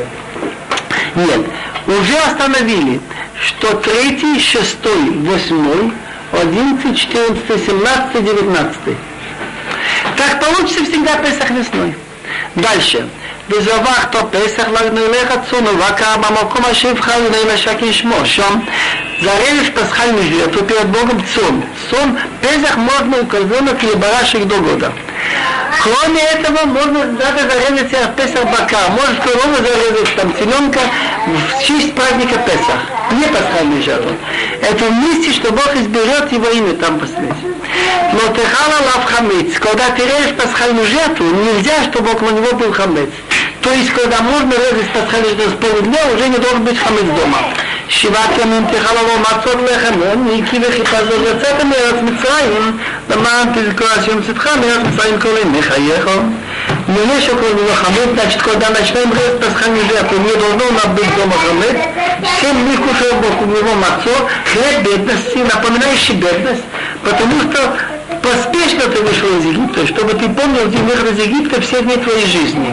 Нет, уже остановили, что третий, шестой, восьмой, одиннадцатый, четырнадцатый, семнадцатый, девятнадцатый. Так получится всегда Песах весной. Дальше. וזבחת פסח לגנולך צאן ובקר במקום אשר יבחר אדוני לשם שמו. שם зарежешь пасхальную жертву перед Богом цон. Цон, Песах можно указать или барашек до года. Кроме этого, можно даже зарезать Песах бака. Можешь корову зарезать там теленка в честь праздника Песах. Не пасхальную жертву. Это вместе, что Бог изберет его имя там посмотреть. Но техала лав хамец. Когда ты режешь пасхальную жертву, нельзя, чтобы около него был хамец. То есть, когда можно резать пасхальную жертву с полудня, уже не должен быть хамец дома. שבעת ימים תאכל לו מצות לחם, מיקי וחיפזו יצאת מארץ מצרים, למען תזכור השם צאתך מארץ מצרים כל ימי חייך. Не шокол не хамец, значит, когда начнем резать пасхальную жертву, не должно нам быть дома хамец. Семь дней кушал Бог у него мацо, хлеб бедности, напоминающий бедность, потому что поспешно ты вышел из Египта, чтобы ты помнил, где выход из Египта все дни твоей жизни.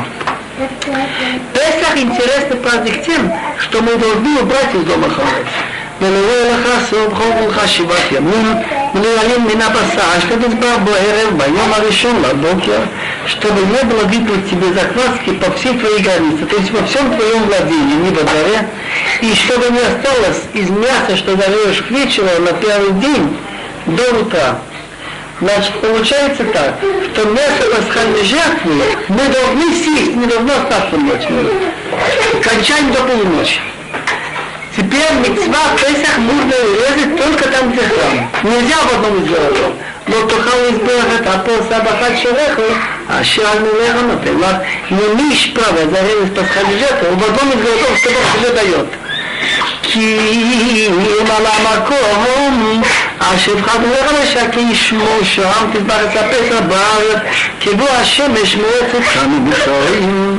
Песах интересный праздник тем, что мы должны убрать из дома хамец. ונראה לך סוף חוב לך שבעת ימים ונראים מן הבשר שתצבע בערב ביום הראשון לבוקר, чтобы не было видно тебе закваски по всей твоей границе, то есть во всем твоем владении, не во дворе, и чтобы не осталось из мяса, что зарежешь к вечеру на первый день до утра. Значит, получается так, что мясо пасхальной жертвы мы должны съесть, не должно остаться ночью. Кончаем до полуночи. Теперь мицва Песах нужно резать только там, где храм. Нельзя в одном из городов. Но тохал избирать, а по сабахат шереху, а шеральный леха например, не имеешь права зарезать пасхальную жертву в одном из городов, что Бог уже дает. כי אם על המקום אשר חדרך לשקי ישמו שם תזבח את הפסח בארץ כבוא השמש מועצת חנו בשרים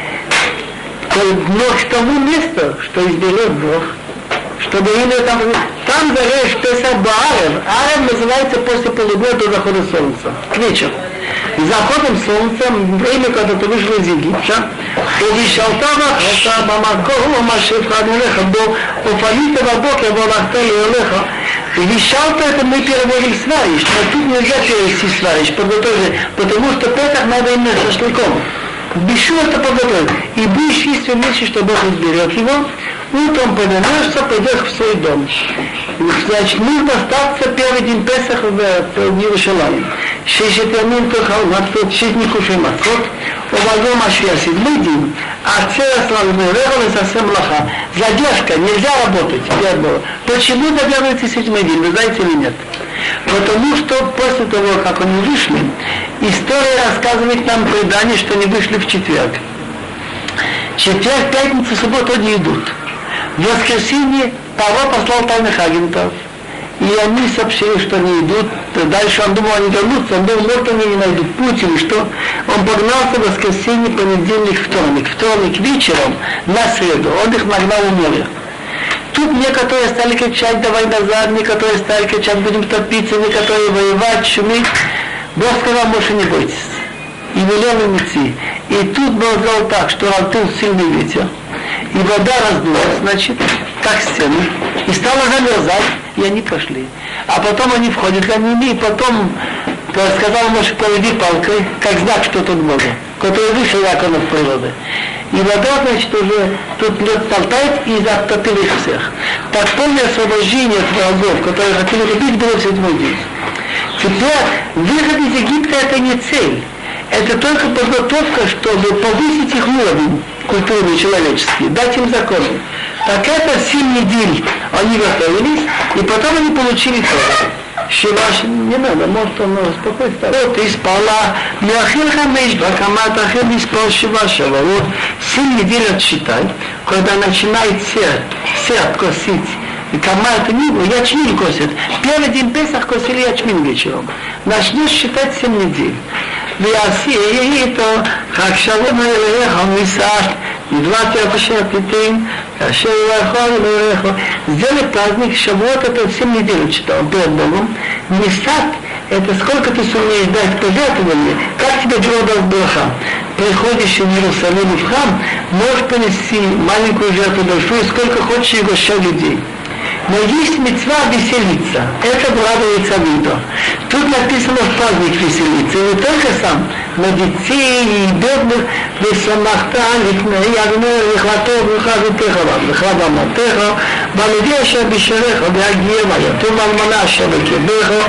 но к тому месту, что изберет Бог, чтобы именно там, там зарежешь Песах Баарев. Арев называется после полудня до захода солнца, к вечеру. Заходом солнца, время, когда ты вышел из Египта, ובשלטה ואתה במקום ומשאף חדנך בו ופנית בבוקר והלכת לאליך ובשלת это мы переводим свариш, но тут нельзя перевести свариш, потому что Песах надо именно шашлыком. Бишу это подготовить. И будешь есть вместе, что Бог изберет его. Утром повернешься, пойдешь в свой дом. Значит, нужно остаться первый день Песаха в Иерусалиме. Шесть ямин тохал мацот, шесть дней кушай мацот. Увозом ашвия седьмой день. А цера славный регал и совсем лоха. Задержка, нельзя работать. Почему задерживается седьмой день, вы знаете или нет? Потому что после того, как они вышли, история рассказывает нам предание, что они вышли в четверг. Четверг, пятница, суббота не идут. В воскресенье Павел послал тайных агентов, и они сообщили, что они идут. Дальше он думал, они вернутся, он думал, может, они не найдут путь или что. Он погнался в воскресенье, понедельник, вторник. Вторник вечером на среду. Он их нагнал у моря. Тут некоторые стали кричать, давай назад, некоторые стали кричать, будем топиться, некоторые воевать, шуметь. Бог сказал, больше не бойтесь. И велел им идти. И тут Бог сделал так, что раздул сильный ветер. И вода раздулась, значит, как стену. И стала замерзать, и они пошли. А потом они входят за ними, и потом сказал Моше, поведи палкой, как знак, что тут Бога, который выше законов природы. И вода, значит, уже тут лед толтает и затопил их всех. Так полное освобождение от врагов, которые хотели убить, было в седьмой день. Теперь выход из Египта это не цель. Это только подготовка, чтобы повысить их уровень культурный, человеческий, дать им законы. Так это семь недель они готовились, и потом они получили Тору. Шиваш, не надо, может он успокоится. Вот и спала, Мяхил Хамеш, Бакамат Ахил и спал Шивашева. Вот семь недель отсчитай, когда начинает сер, сер косить. И кама это не было, ячмень косит. Первый день Песах косили ячмень вечером. Начнешь считать семь недель. Вяси, то, как шалом элеха, мисаш, и двадцать апашер питин, кашер элеха, элеха. Сделай праздник, Шавуот, это семь недель читал перед Богом. Мисак, это сколько ты сумеешь дать пожертвования, как тебе Бог даст браха. Приходишь в Иерусалим в храм, можешь принести маленькую жертву, большую, сколько хочешь, и угощай людей. Но есть мицва веселиться. Это радуется виду. Тут написано в праздник веселиться. И не только сам, но детей и бедных, весомахта, ягне, вихлатов, вихазутехова, вихлабаматеха, балудеша бишереха, вягева, ятум алмана шабекебеха,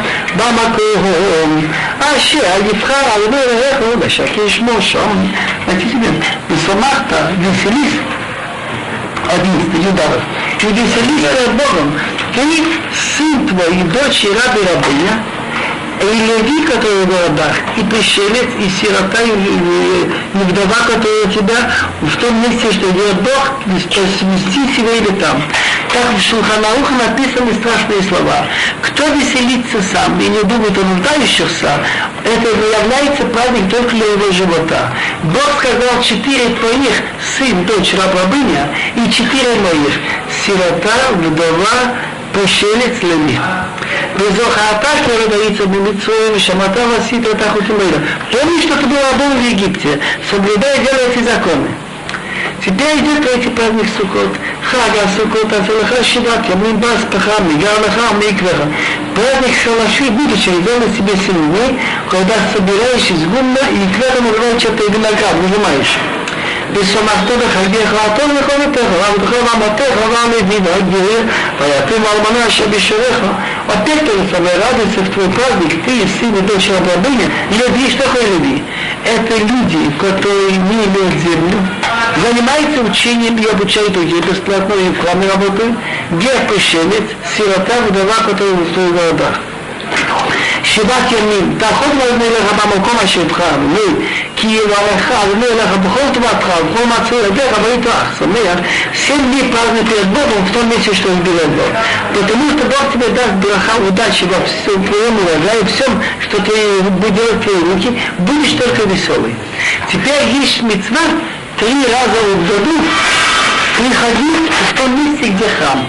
бамакухом, аще, алифха, алвереха, башакиш мошом. Написано, весомахта, веселись, одиннадцатый Юдаров. И веселись перед Богом. Ты сын твой, и дочь, и раб, и рабыня, и люди, которые в городах, и пришелец, и сирота, и, и, и вдова, которая у тебя в том месте, что делает Бог, смести себя или там. Так в Шулхан Арух написаны страшные слова. Кто веселится сам и не думает о нуждающихся, это является праздник только для его живота. Бог сказал, четыре твоих, сын, дочь, раб, рабыня, и четыре моих, сирота, вдова, пришелец, леми. Безохата, который дается Бумицуем, Шамата, Васита, Тахутимейда. Помни, что ты был рабом в Египте, соблюдай, делай эти законы. Теперь идет третий праздник Суккот. Хага Суккот, Ацелаха, Шиват, Ямин Бас, Пахам, Мигалаха, Миквеха. Праздник Шалаши, будучи, вел на себе семь дней, когда собираешь из гумна и квером урвал что-то и виноград, выжимаешь. Бессомахтода Хагеха, Атон, Михонатеха, Рамдуха, Раматеха, Рамедина, Агир, Паятым, Алмана, Шабишереха. Опять то же самое, радуется в твой праздник, ты, сын и дочь рабыня, люби, что такое люби? Это люди, которые не имеют землю, занимаются учением и обучают людей бесплатно и в храме работают, гер пришелец, сирота, вдова, которая в своих городах. שבעת ימים, תאכול ואבנה לך במקום אשר יבחר, כי יברך אבנה לך בכל טובתך, בכל מצוי ידיך, ויתרח, שמח, семь дней празднуй перед Богом в том месте, что изберет Бог. Потому что Бог тебе даст браха, удачи во всем твоем урожае, и всем, что ты будешь делать твои руки, будешь только веселый. Теперь есть мицва три раза в году приходить в том месте, где храм.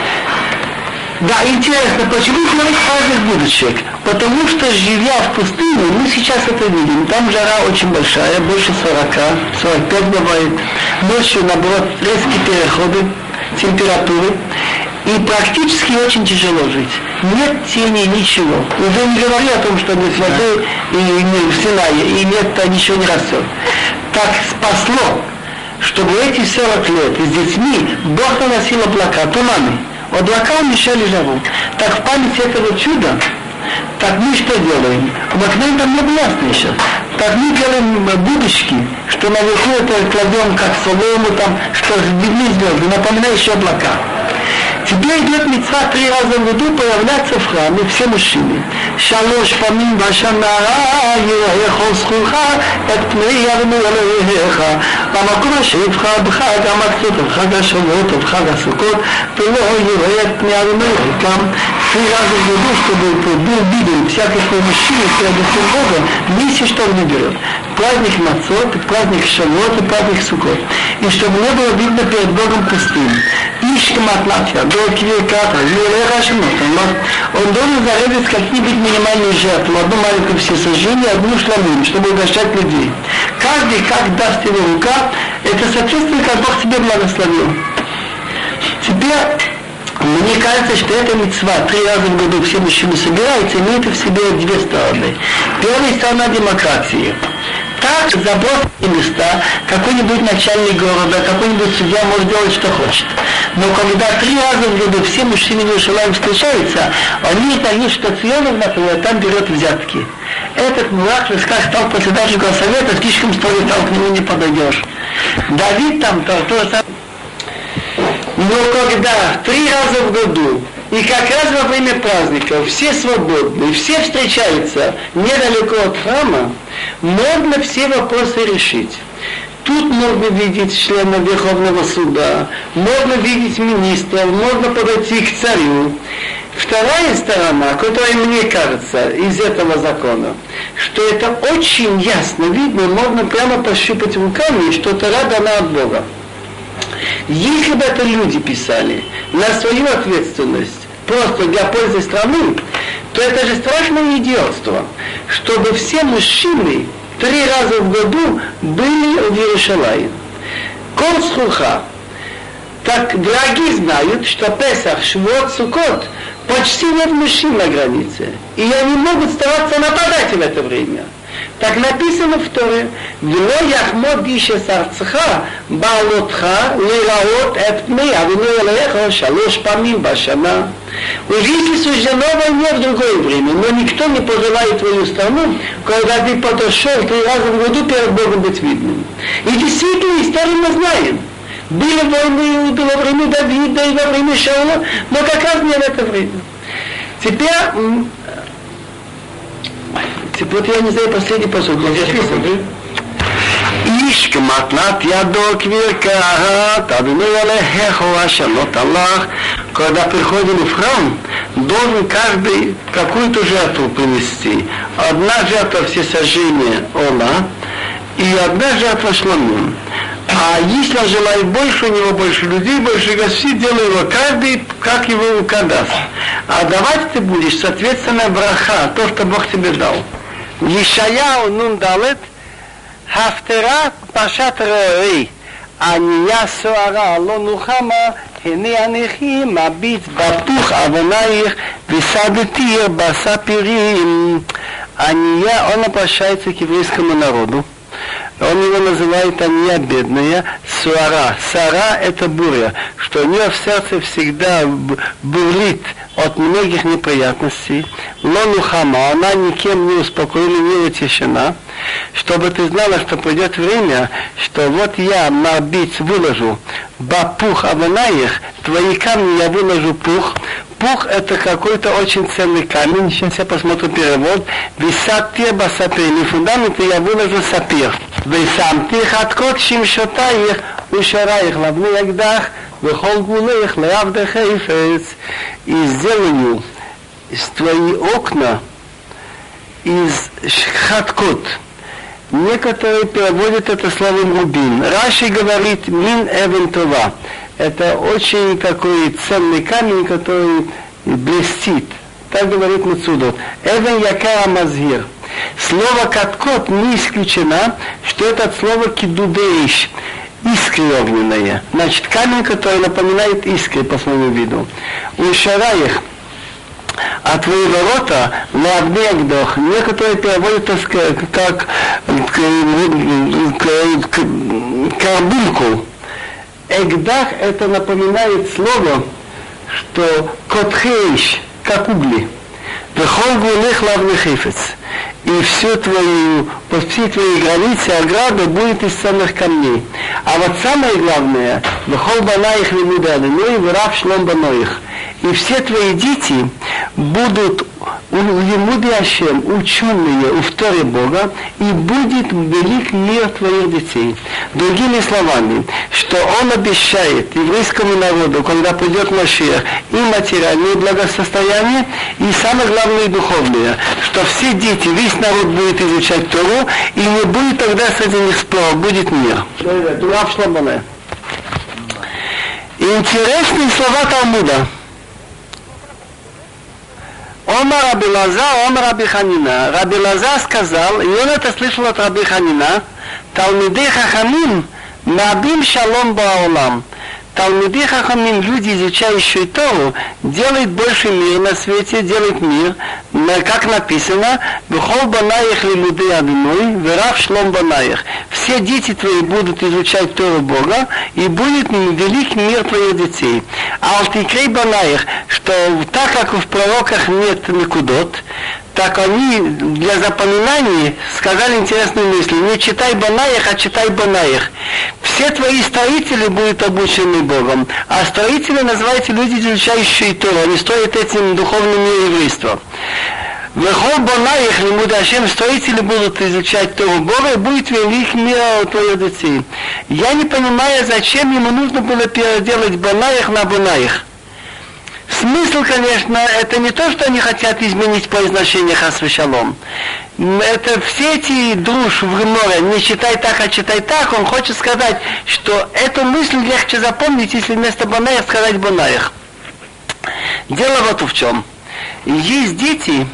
Да, интересно, почему говорит праздник будущих? Потому что, живя в пустыне, мы сейчас это видим. Там жара очень большая, больше сорока, сорок пять бывает. Ночью, наоборот, резкие переходы температуры. И практически очень тяжело жить. Нет тени, ничего. Уже не говори о том, что нет воды и не в Синае, и нет, ничего не растет. Так спасло, чтобы эти сорок лет с детьми Бог наносил облака, туманы. Облака мешали жару. Так в память этого чуда, так мы что делаем? Обыкновенно там много ясно еще. Так мы делаем будочки, что наверху это кладем как солому, там, что видны звезды, напоминающие облака. Теперь идет мицва три раза в году появляться в храме все мужчины. Шалош памим вашана יאכל זכורך את פני ירנו אלוהיך במקום אשר יבחר בך גם הקצות ובחג השבועות ובחג הסוכות ולא יראה את פני ירנו אלוהיכם. Три раза в году, чтобы был виден всякий свой мужчина перед лицом Бога, вместе что он берет. Праздник Мацот, праздник Шавуот и праздник Суккот. И чтобы не было видно перед Богом пустым. Ишка Матлатья, до Кивиката, Лилеха Шимот, он должен зарезать какие-нибудь минимальные жертвы, одну маленькую всесожжение, одну шламим, чтобы угощать людей. Каждый, как даст его рука, это соответствует, как Бог тебе благословил. Теперь мне кажется, что эта мицва три раза в году все мужчины собираются, имеет в себе две стороны. Первая сторона демократии. Так, забросить места, какой-нибудь начальник города, какой-нибудь судья может делать, что хочет. Но когда три раза в году все мужчины в Иерусалиме встречаются, они знают, что Ционов, например, там берет взятки. Этот мурах, как стал председателем горсовета, слишком строгий, там к нему не подойдешь. Давид там, то, то самое. Но когда три раза в году, и как раз во время праздников, все свободны, все встречаются недалеко от храма, можно все вопросы решить. Тут можно видеть члена Верховного суда, можно видеть министров, можно подойти к царю. Вторая сторона, которая мне кажется из этого закона, что это очень ясно видно, можно прямо пощупать руками, что Тора дана от Бога. Если бы это люди писали на свою ответственность, просто для пользы страны, то это же страшное идиотство, чтобы все мужчины три раза в году были в Иерусалиме. Кол слуха. Так враги знают, что Песах, Швуот, Суккот почти нет мужчин на границе. И они могут стараться нападать в это время. Так написано в Торе: «Вло яхмод ише сарцха, баалотха, лираот эт пней, авину элеха, шалош памим башана». Увидите суждено войне в другое время, но никто не пожелает твою страну, когда ты подошел три раза в году перед Богом быть видным. И действительно, историю мы знаем. Были войны Иуды во время Давида и во время Шаула, но как раз не в это время. Теперь, вот я не знаю последний посыл, как записан. Иш матнат ядо квиркахат, адну алехехо ашалот Аллах. Когда приходили в храм, должен каждый какую-то жертву принести. Одна жертва всесожжения Ола и одна жертва Шломим. А если он желает больше, у него больше людей, больше гостей, делай его каждый, как его рука даст. А давать ты будешь, соответственно, браха, то, что Бог тебе дал. Ешаяу нун далет, хафтера пашат роэй, ания суара ло нухама, хене анихим, абиц бапух авонаих, висадетир басапирим. Ания, он обращается к еврейскому народу. Он его называет ания бедная, суара. Сара это буря, что у нее в сердце всегда бурлит от многих неприятностей. Лонухама, она никем не успокоена, не утешена. Чтобы ты знала, что придет время, что вот я марбиц выложу, бапух аванаих, твои камни я выложу пух. Пух это какой-то очень ценный камень, сейчас я посмотрю перевод. Висатир басапир, фундамент я выложу сапир. Висамтир хаткот шимшотаих, ушараих лавны ягдах, вехол гулеих леавда хейфец. И сделаю из твои окна из хаткот. Некоторые переводят это словом рубин. Раши говорит мин эвен това. Это очень такой ценный камень, который блестит. Так говорит Мецудот. Эвен якара мазгир. Слово каткот не исключено, что это от слова кидудеиш. Искры огненные. Значит, камень, который напоминает искры по своему виду. У шараих. А твои ворота лавнегдох. Некоторые переводят как карбункул. Эгдах это напоминает слово, что котхейш, как угли. Вехол гулех лавный хифец. И всю твою, по всей твоей границе ограда будет из ценных камней. А вот самое главное, вехол банаих лимудады, ну и врав шлом баноих. И все твои дети будут у Лимуди Ашем, ученые в Торе Бога, и будет велик мир твоих детей. Другими словами, что он обещает еврейскому народу, когда придет Машиах, и материальное благосостояние, и самое главное духовное, что все дети, весь народ будет изучать Тору, и не будет тогда среди них споров, будет мир. Интересные слова Талмуда. Омар Раби Лазар, Омар Раби Ханина. Раби Лазар сказал, и он это слышал от Раби Ханина, Талмидей Хахамим, Набим Шалом Баолам. Талмидей Хахамим, люди, изучающие Тору, делают больше мир на свете, делают мир, как написано, Бехол банаих лимуды адной, верав шлом банаих. Все дети твои будут изучать Тору Бога, и будет велик мир твоих детей. Алтикрей банаих, что так как в пророках нет никудот, так они для запоминания сказали интересную мысль. Не читай Банаях, а читай Банаях. Все твои строители будут обучены Богом, а строители называются люди, изучающие Тору. Они строят этим духовным еврейством. Вехол Банаях, лимуд Ашем, строители будут изучать Тору Бога, и будет велик мир у твоих детей. Я не понимаю, зачем ему нужно было переделать Банаях на Банаях. Смысл, конечно, это не то, что они хотят изменить произношение хас вешалом. Это все эти друж в Геморе, не читай так, а читай так, он хочет сказать, что эту мысль легче запомнить, если вместо Банаях сказать Банаях. Дело вот в чем. Есть дети,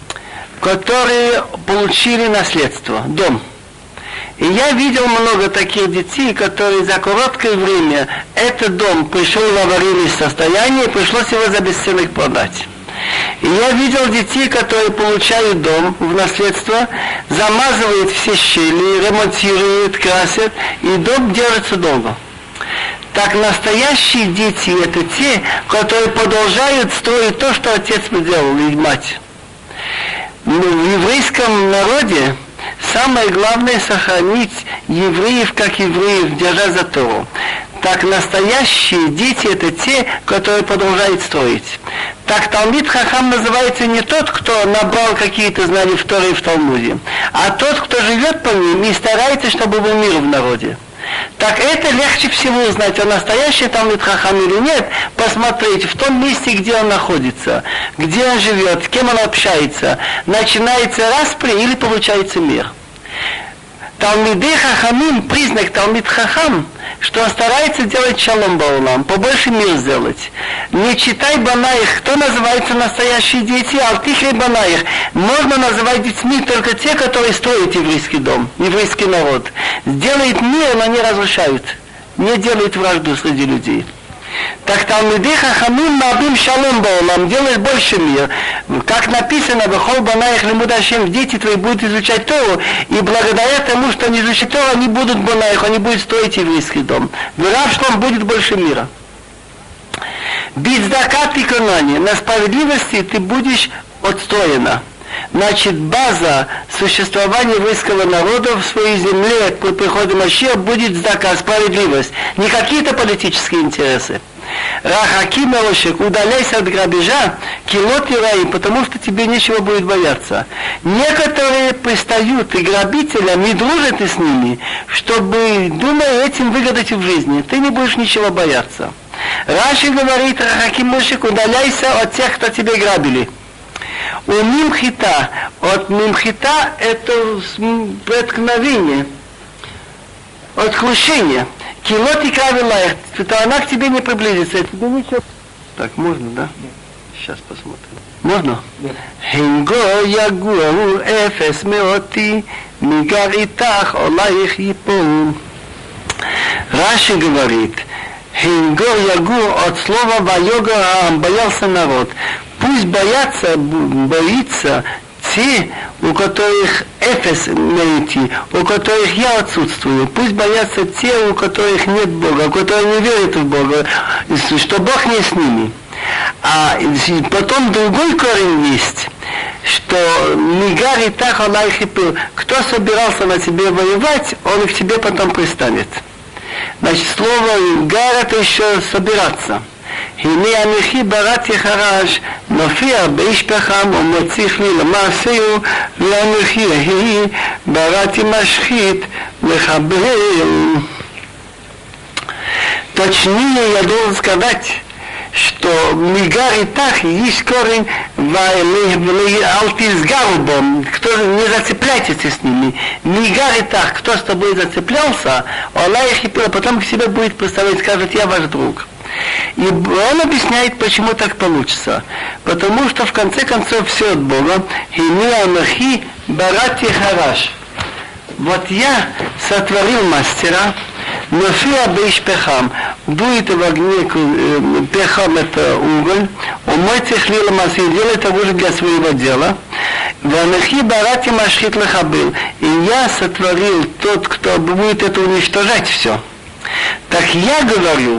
которые получили наследство, дом. И я видел много таких детей, которые за короткое время этот дом пришел в аварийное состояние, и пришлось его за бесценок продать. И я видел детей, которые получают дом в наследство, замазывают все щели, ремонтируют, красят, и дом держится долго. Так настоящие дети — это те, которые продолжают строить то, что отец сделал, и мать. Но в еврейском народе самое главное — сохранить евреев как евреев, держа за Тору. Так настоящие дети — это те, которые продолжают строить. Так Талмид Хахам называется не тот, кто набрал какие-то знания в Торе и в Талмуде, а тот, кто живет по ним и старается, чтобы был мир в народе. Так это легче всего узнать, он настоящий Талмид Хахам или нет, посмотреть в том месте, где он находится, где он живет, с кем он общается, начинается распри или получается мир. Талмидей Хахамим, признак Талмид Хахам, что он старается делать шалом баулам, побольше мир сделать. Не читай Банаих, кто называется настоящие дети, алтихрей Банаих. Можно называть детьми только те, которые строят еврейский дом, еврейский народ. Сделает мир, но не разрушают, не делает вражду среди людей. Так Талмидей Хахамим мабим шалом баулам, делает больше мир. Как написано, вехол Банаях лимуд Ашем, дети твои будут изучать Тору, и благодаря тому, что они изучат Тору, они будут Банаях, они будут строить еврейский дом. Верав, что он будет больше мира. Бидздака тиконани, на справедливости ты будешь отстроена. Значит, база существования еврейского народа в своей земле при приходе Машиаха будет здака, справедливость, не какие-то политические интересы. Рахаки мелошек, удаляйся от грабежа, килот и раи, потому что тебе нечего будет бояться. Некоторые пристают и грабителям, и дружат и с ними, чтобы, думая этим, выгадать в жизни. Ты не будешь ничего бояться. Раши говорит, Рахаки мелошек, удаляйся от тех, кто тебе грабили. У мимхита, от мимхита это преткновение, отклушение. Килот и кравилаях, то она к тебе не приблизится. Тебе ничего. Так, можно, да? Сейчас посмотрим. Можно? Хенго ягуару эфес меоти, мигар итах олаих ипол. Раши говорит, Хенго ягу от слова вайога боялся народ. Пусть боятся, боится те, у которых эфес найти, у которых я отсутствую. Пусть боятся те, у которых нет Бога, у которых не верят в Бога, что Бог не с ними. А потом другой корень есть, что мигар и так алайх и пил. Кто собирался на тебе воевать, он и к тебе потом пристанет. Значит, слово гар это еще собираться. הנה אנכי בראתי חרש, נופיע באיש פחם ומציך לי למעשהו, ואנכי היא בראתי משחית לחבל. Точнее, я должен сказать, что мигар и так есть корень алтизгарбом, кто не зацепляйтесь с ними. Мигар и так, кто с тобой зацеплялся, Аллах и потом к себе будет представлять, скажет, я ваш друг. И он объясняет, почему так получится. Потому что в конце концов все от Бога. Хини анахи барати хараш. Вот я сотворил мастера, нофия бейш пехам, дует в огне, пехам это уголь, умой цехлила массы, делает оружие для своего дела. Ванахи барати машхит лахабил. И я сотворил тот, кто будет это уничтожать все. Так я говорю,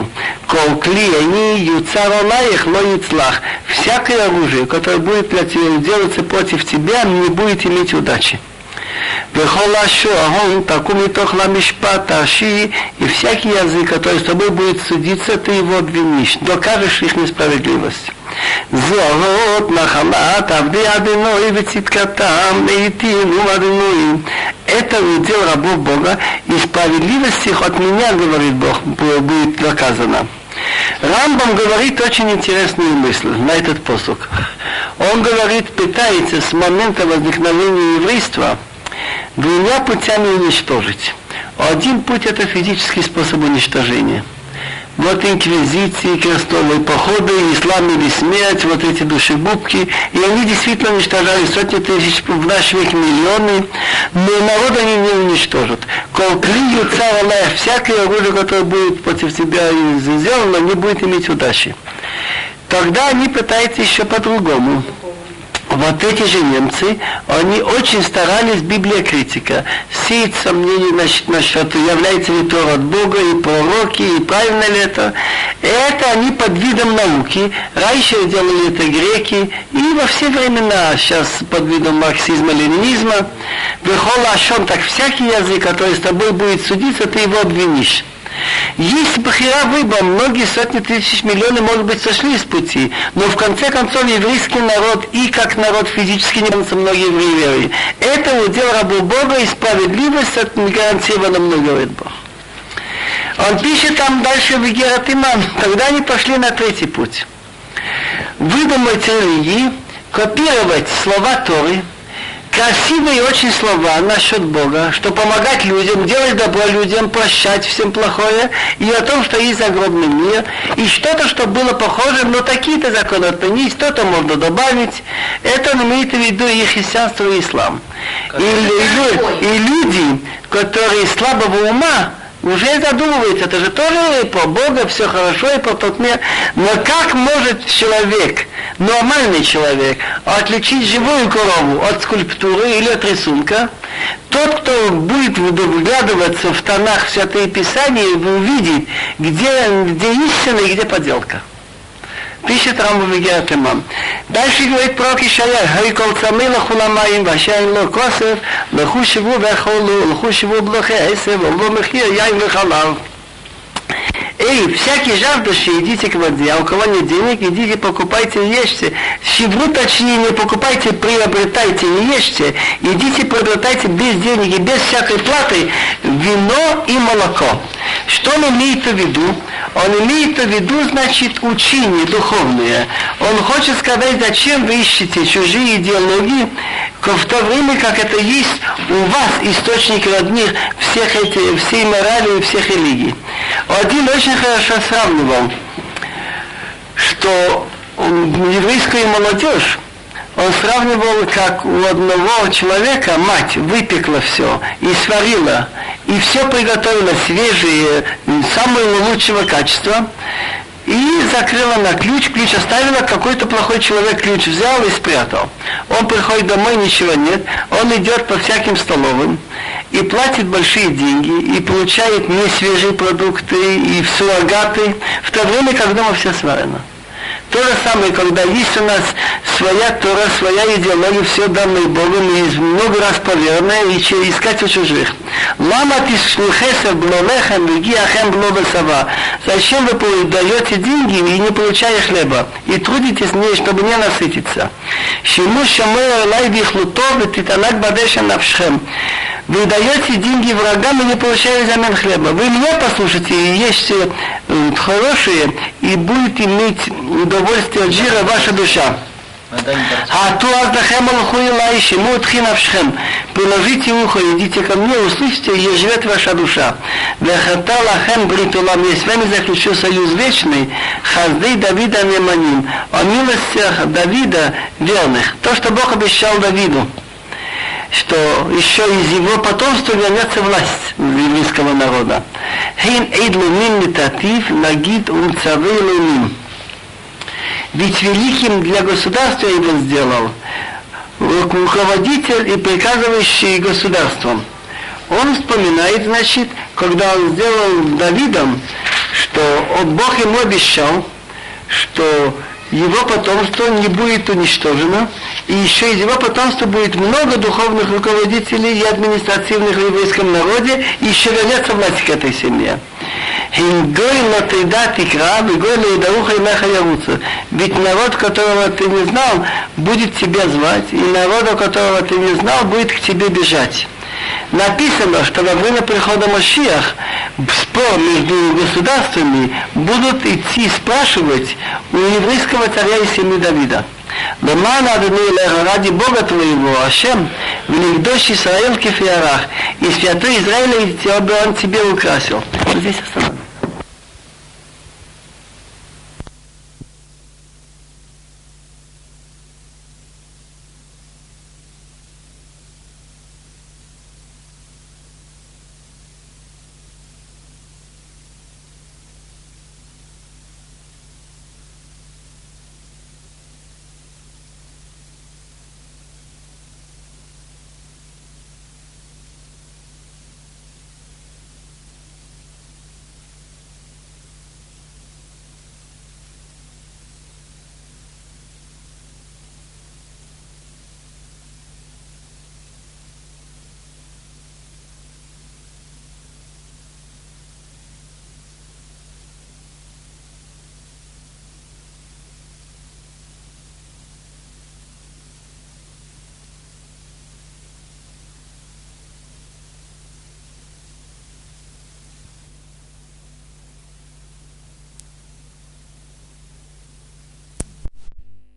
Колкли, они юцаролаих, но юцлах. Всякое оружие, которое будет для тебя делаться против тебя, не будет иметь удачи. Вехолашу агон такуми тохла мишпат аши, и всякий язык, который с тобой будет судиться, ты его обвинишь, докажешь их несправедливость. Зоот нахалат авди адиной вециткатам неитин умадиной. Это удел рабов Бога, и справедливость их от меня, говорит Бог, будет доказана. Рамбам говорит очень интересную мысль на этот посук. Он говорит, пытается с момента возникновения еврейства двумя путями уничтожить. Один путь — это физический способ уничтожения. Вот инквизиции, крестовые походы, ислам или смерть, вот эти душегубки. И они действительно уничтожали сотни тысяч, в наш век миллионы, но народ они не уничтожат. Колкли юцаралая, всякое оружие, которое будет против тебя сделано, не будет иметь удачи. Тогда они пытаются еще по-другому. Вот эти же немцы, они очень старались, библиокритика, сеять сомнения насчет, насчет является ли Тора от Бога, и пророки, и правильно ли это. Это они под видом науки. Раньше делали это греки, и во все времена, сейчас под видом марксизма, ленинизма. Вехол ашон, так всякий язык, который с тобой будет судиться, ты его обвинишь. Есть бахира выбор, многие сотни тысяч миллионов, может быть, сошли с пути, но в конце концов еврейский народ и как народ физически не बनутся многие евреи. Это удел рабов Бога, и справедливость гарантирована мной, говорит Бог. Он пишет там дальше в Игерат Иман, тогда они пошли на третий путь. Выдумать религии, копировать слова Торы, красивые очень слова насчет Бога, что помогать людям, делать добро людям, прощать всем плохое, и о том, что есть загробный мир, и что-то, что было похоже, но такие-то законы отменить, что-то можно добавить. Это он имеет в виду и христианство, и ислам. И, и, и люди, которые слабого ума, уже задумываются, это же тоже про Бога, все хорошо и про тот мир. Но как может человек, нормальный человек, отличить живую корову от скульптуры или от рисунка? Тот, кто будет вглядываться в тонах Святые Писания, увидит, где, где истина и где подделка. Пишет Рамбам в Игерат Иман. Дальше говорит пророк Ишая: "Хайкол цамила хуламаим вашайн ло косев, лоху шиву вехолу, лоху шиву блохе эсев, ло мехир яйн вехалав". Эй, всякие жаждущие, идите к воде, а у кого нет денег, идите покупайте и ешьте. Шивру точнее не покупайте, приобретайте, не ешьте. Идите приобретайте без денег и без всякой платы вино и молоко. Что он имеет в виду? Он имеет в виду, значит, учение духовное. Он хочет сказать, зачем вы ищете чужие идеологии, в то время как это есть у вас источник родных всех эти, всей морали и всех религий. Один очень хорошо сравнивал, что еврейскую молодежь, он сравнивал, как у одного человека мать выпекла все и сварила, и все приготовила свежее, самого лучшего качества, и закрыла на ключ, ключ оставила, какой-то плохой человек ключ взял и спрятал. Он приходит домой, ничего нет, он идет по всяким столовым и платит большие деньги, и получает несвежие продукты, и суррогаты, в то время, как дома все сварено. То же самое, когда есть у нас своя Тора, своя идеология, все данное Богом, и много раз поверенное, и искать у чужих. Лама тишнухеса блолехем, вегиахем блобесава. Зачем вы даете деньги и не получая хлеба? И трудитесь не, чтобы не насытиться. Шиму шамой лай бихлутов, и титанак бадеша навшхем. Вы даете деньги врагам и не получаете взамен хлеба. Вы меня послушайте и ешьте хорошие, и будет иметь удовольствие от жира ваша душа. Приложите ухо, идите ко мне, услышите, и живет ваша душа. Я с вами заключу союз вечный, хаздей Давида неманим, о милостях Давида верных. То, что Бог обещал Давиду, что еще из его потомства вернется власть еврейского народа. Ведь великим для государства его сделал руководитель и приказывающий государством. Он вспоминает, значит, когда он сделал Давидом,
что Бог ему обещал, что его потомство не будет уничтожено, и еще из его потомства будет много духовных руководителей и административных в еврейском народе, и еще вернется власть к этой семье. Ведь народ, которого ты не знал, будет тебя звать, и народ, которого ты не знал, будет к тебе бежать. Написано, что во время прихода Машиах спор между государствами будут идти спрашивать у еврейского царя и семьи Давида. Ради Бога твоего, Ашем, Великдощ Исраил Кефиарах, и святой Израиля он тебе украсил. Вот здесь остановимся.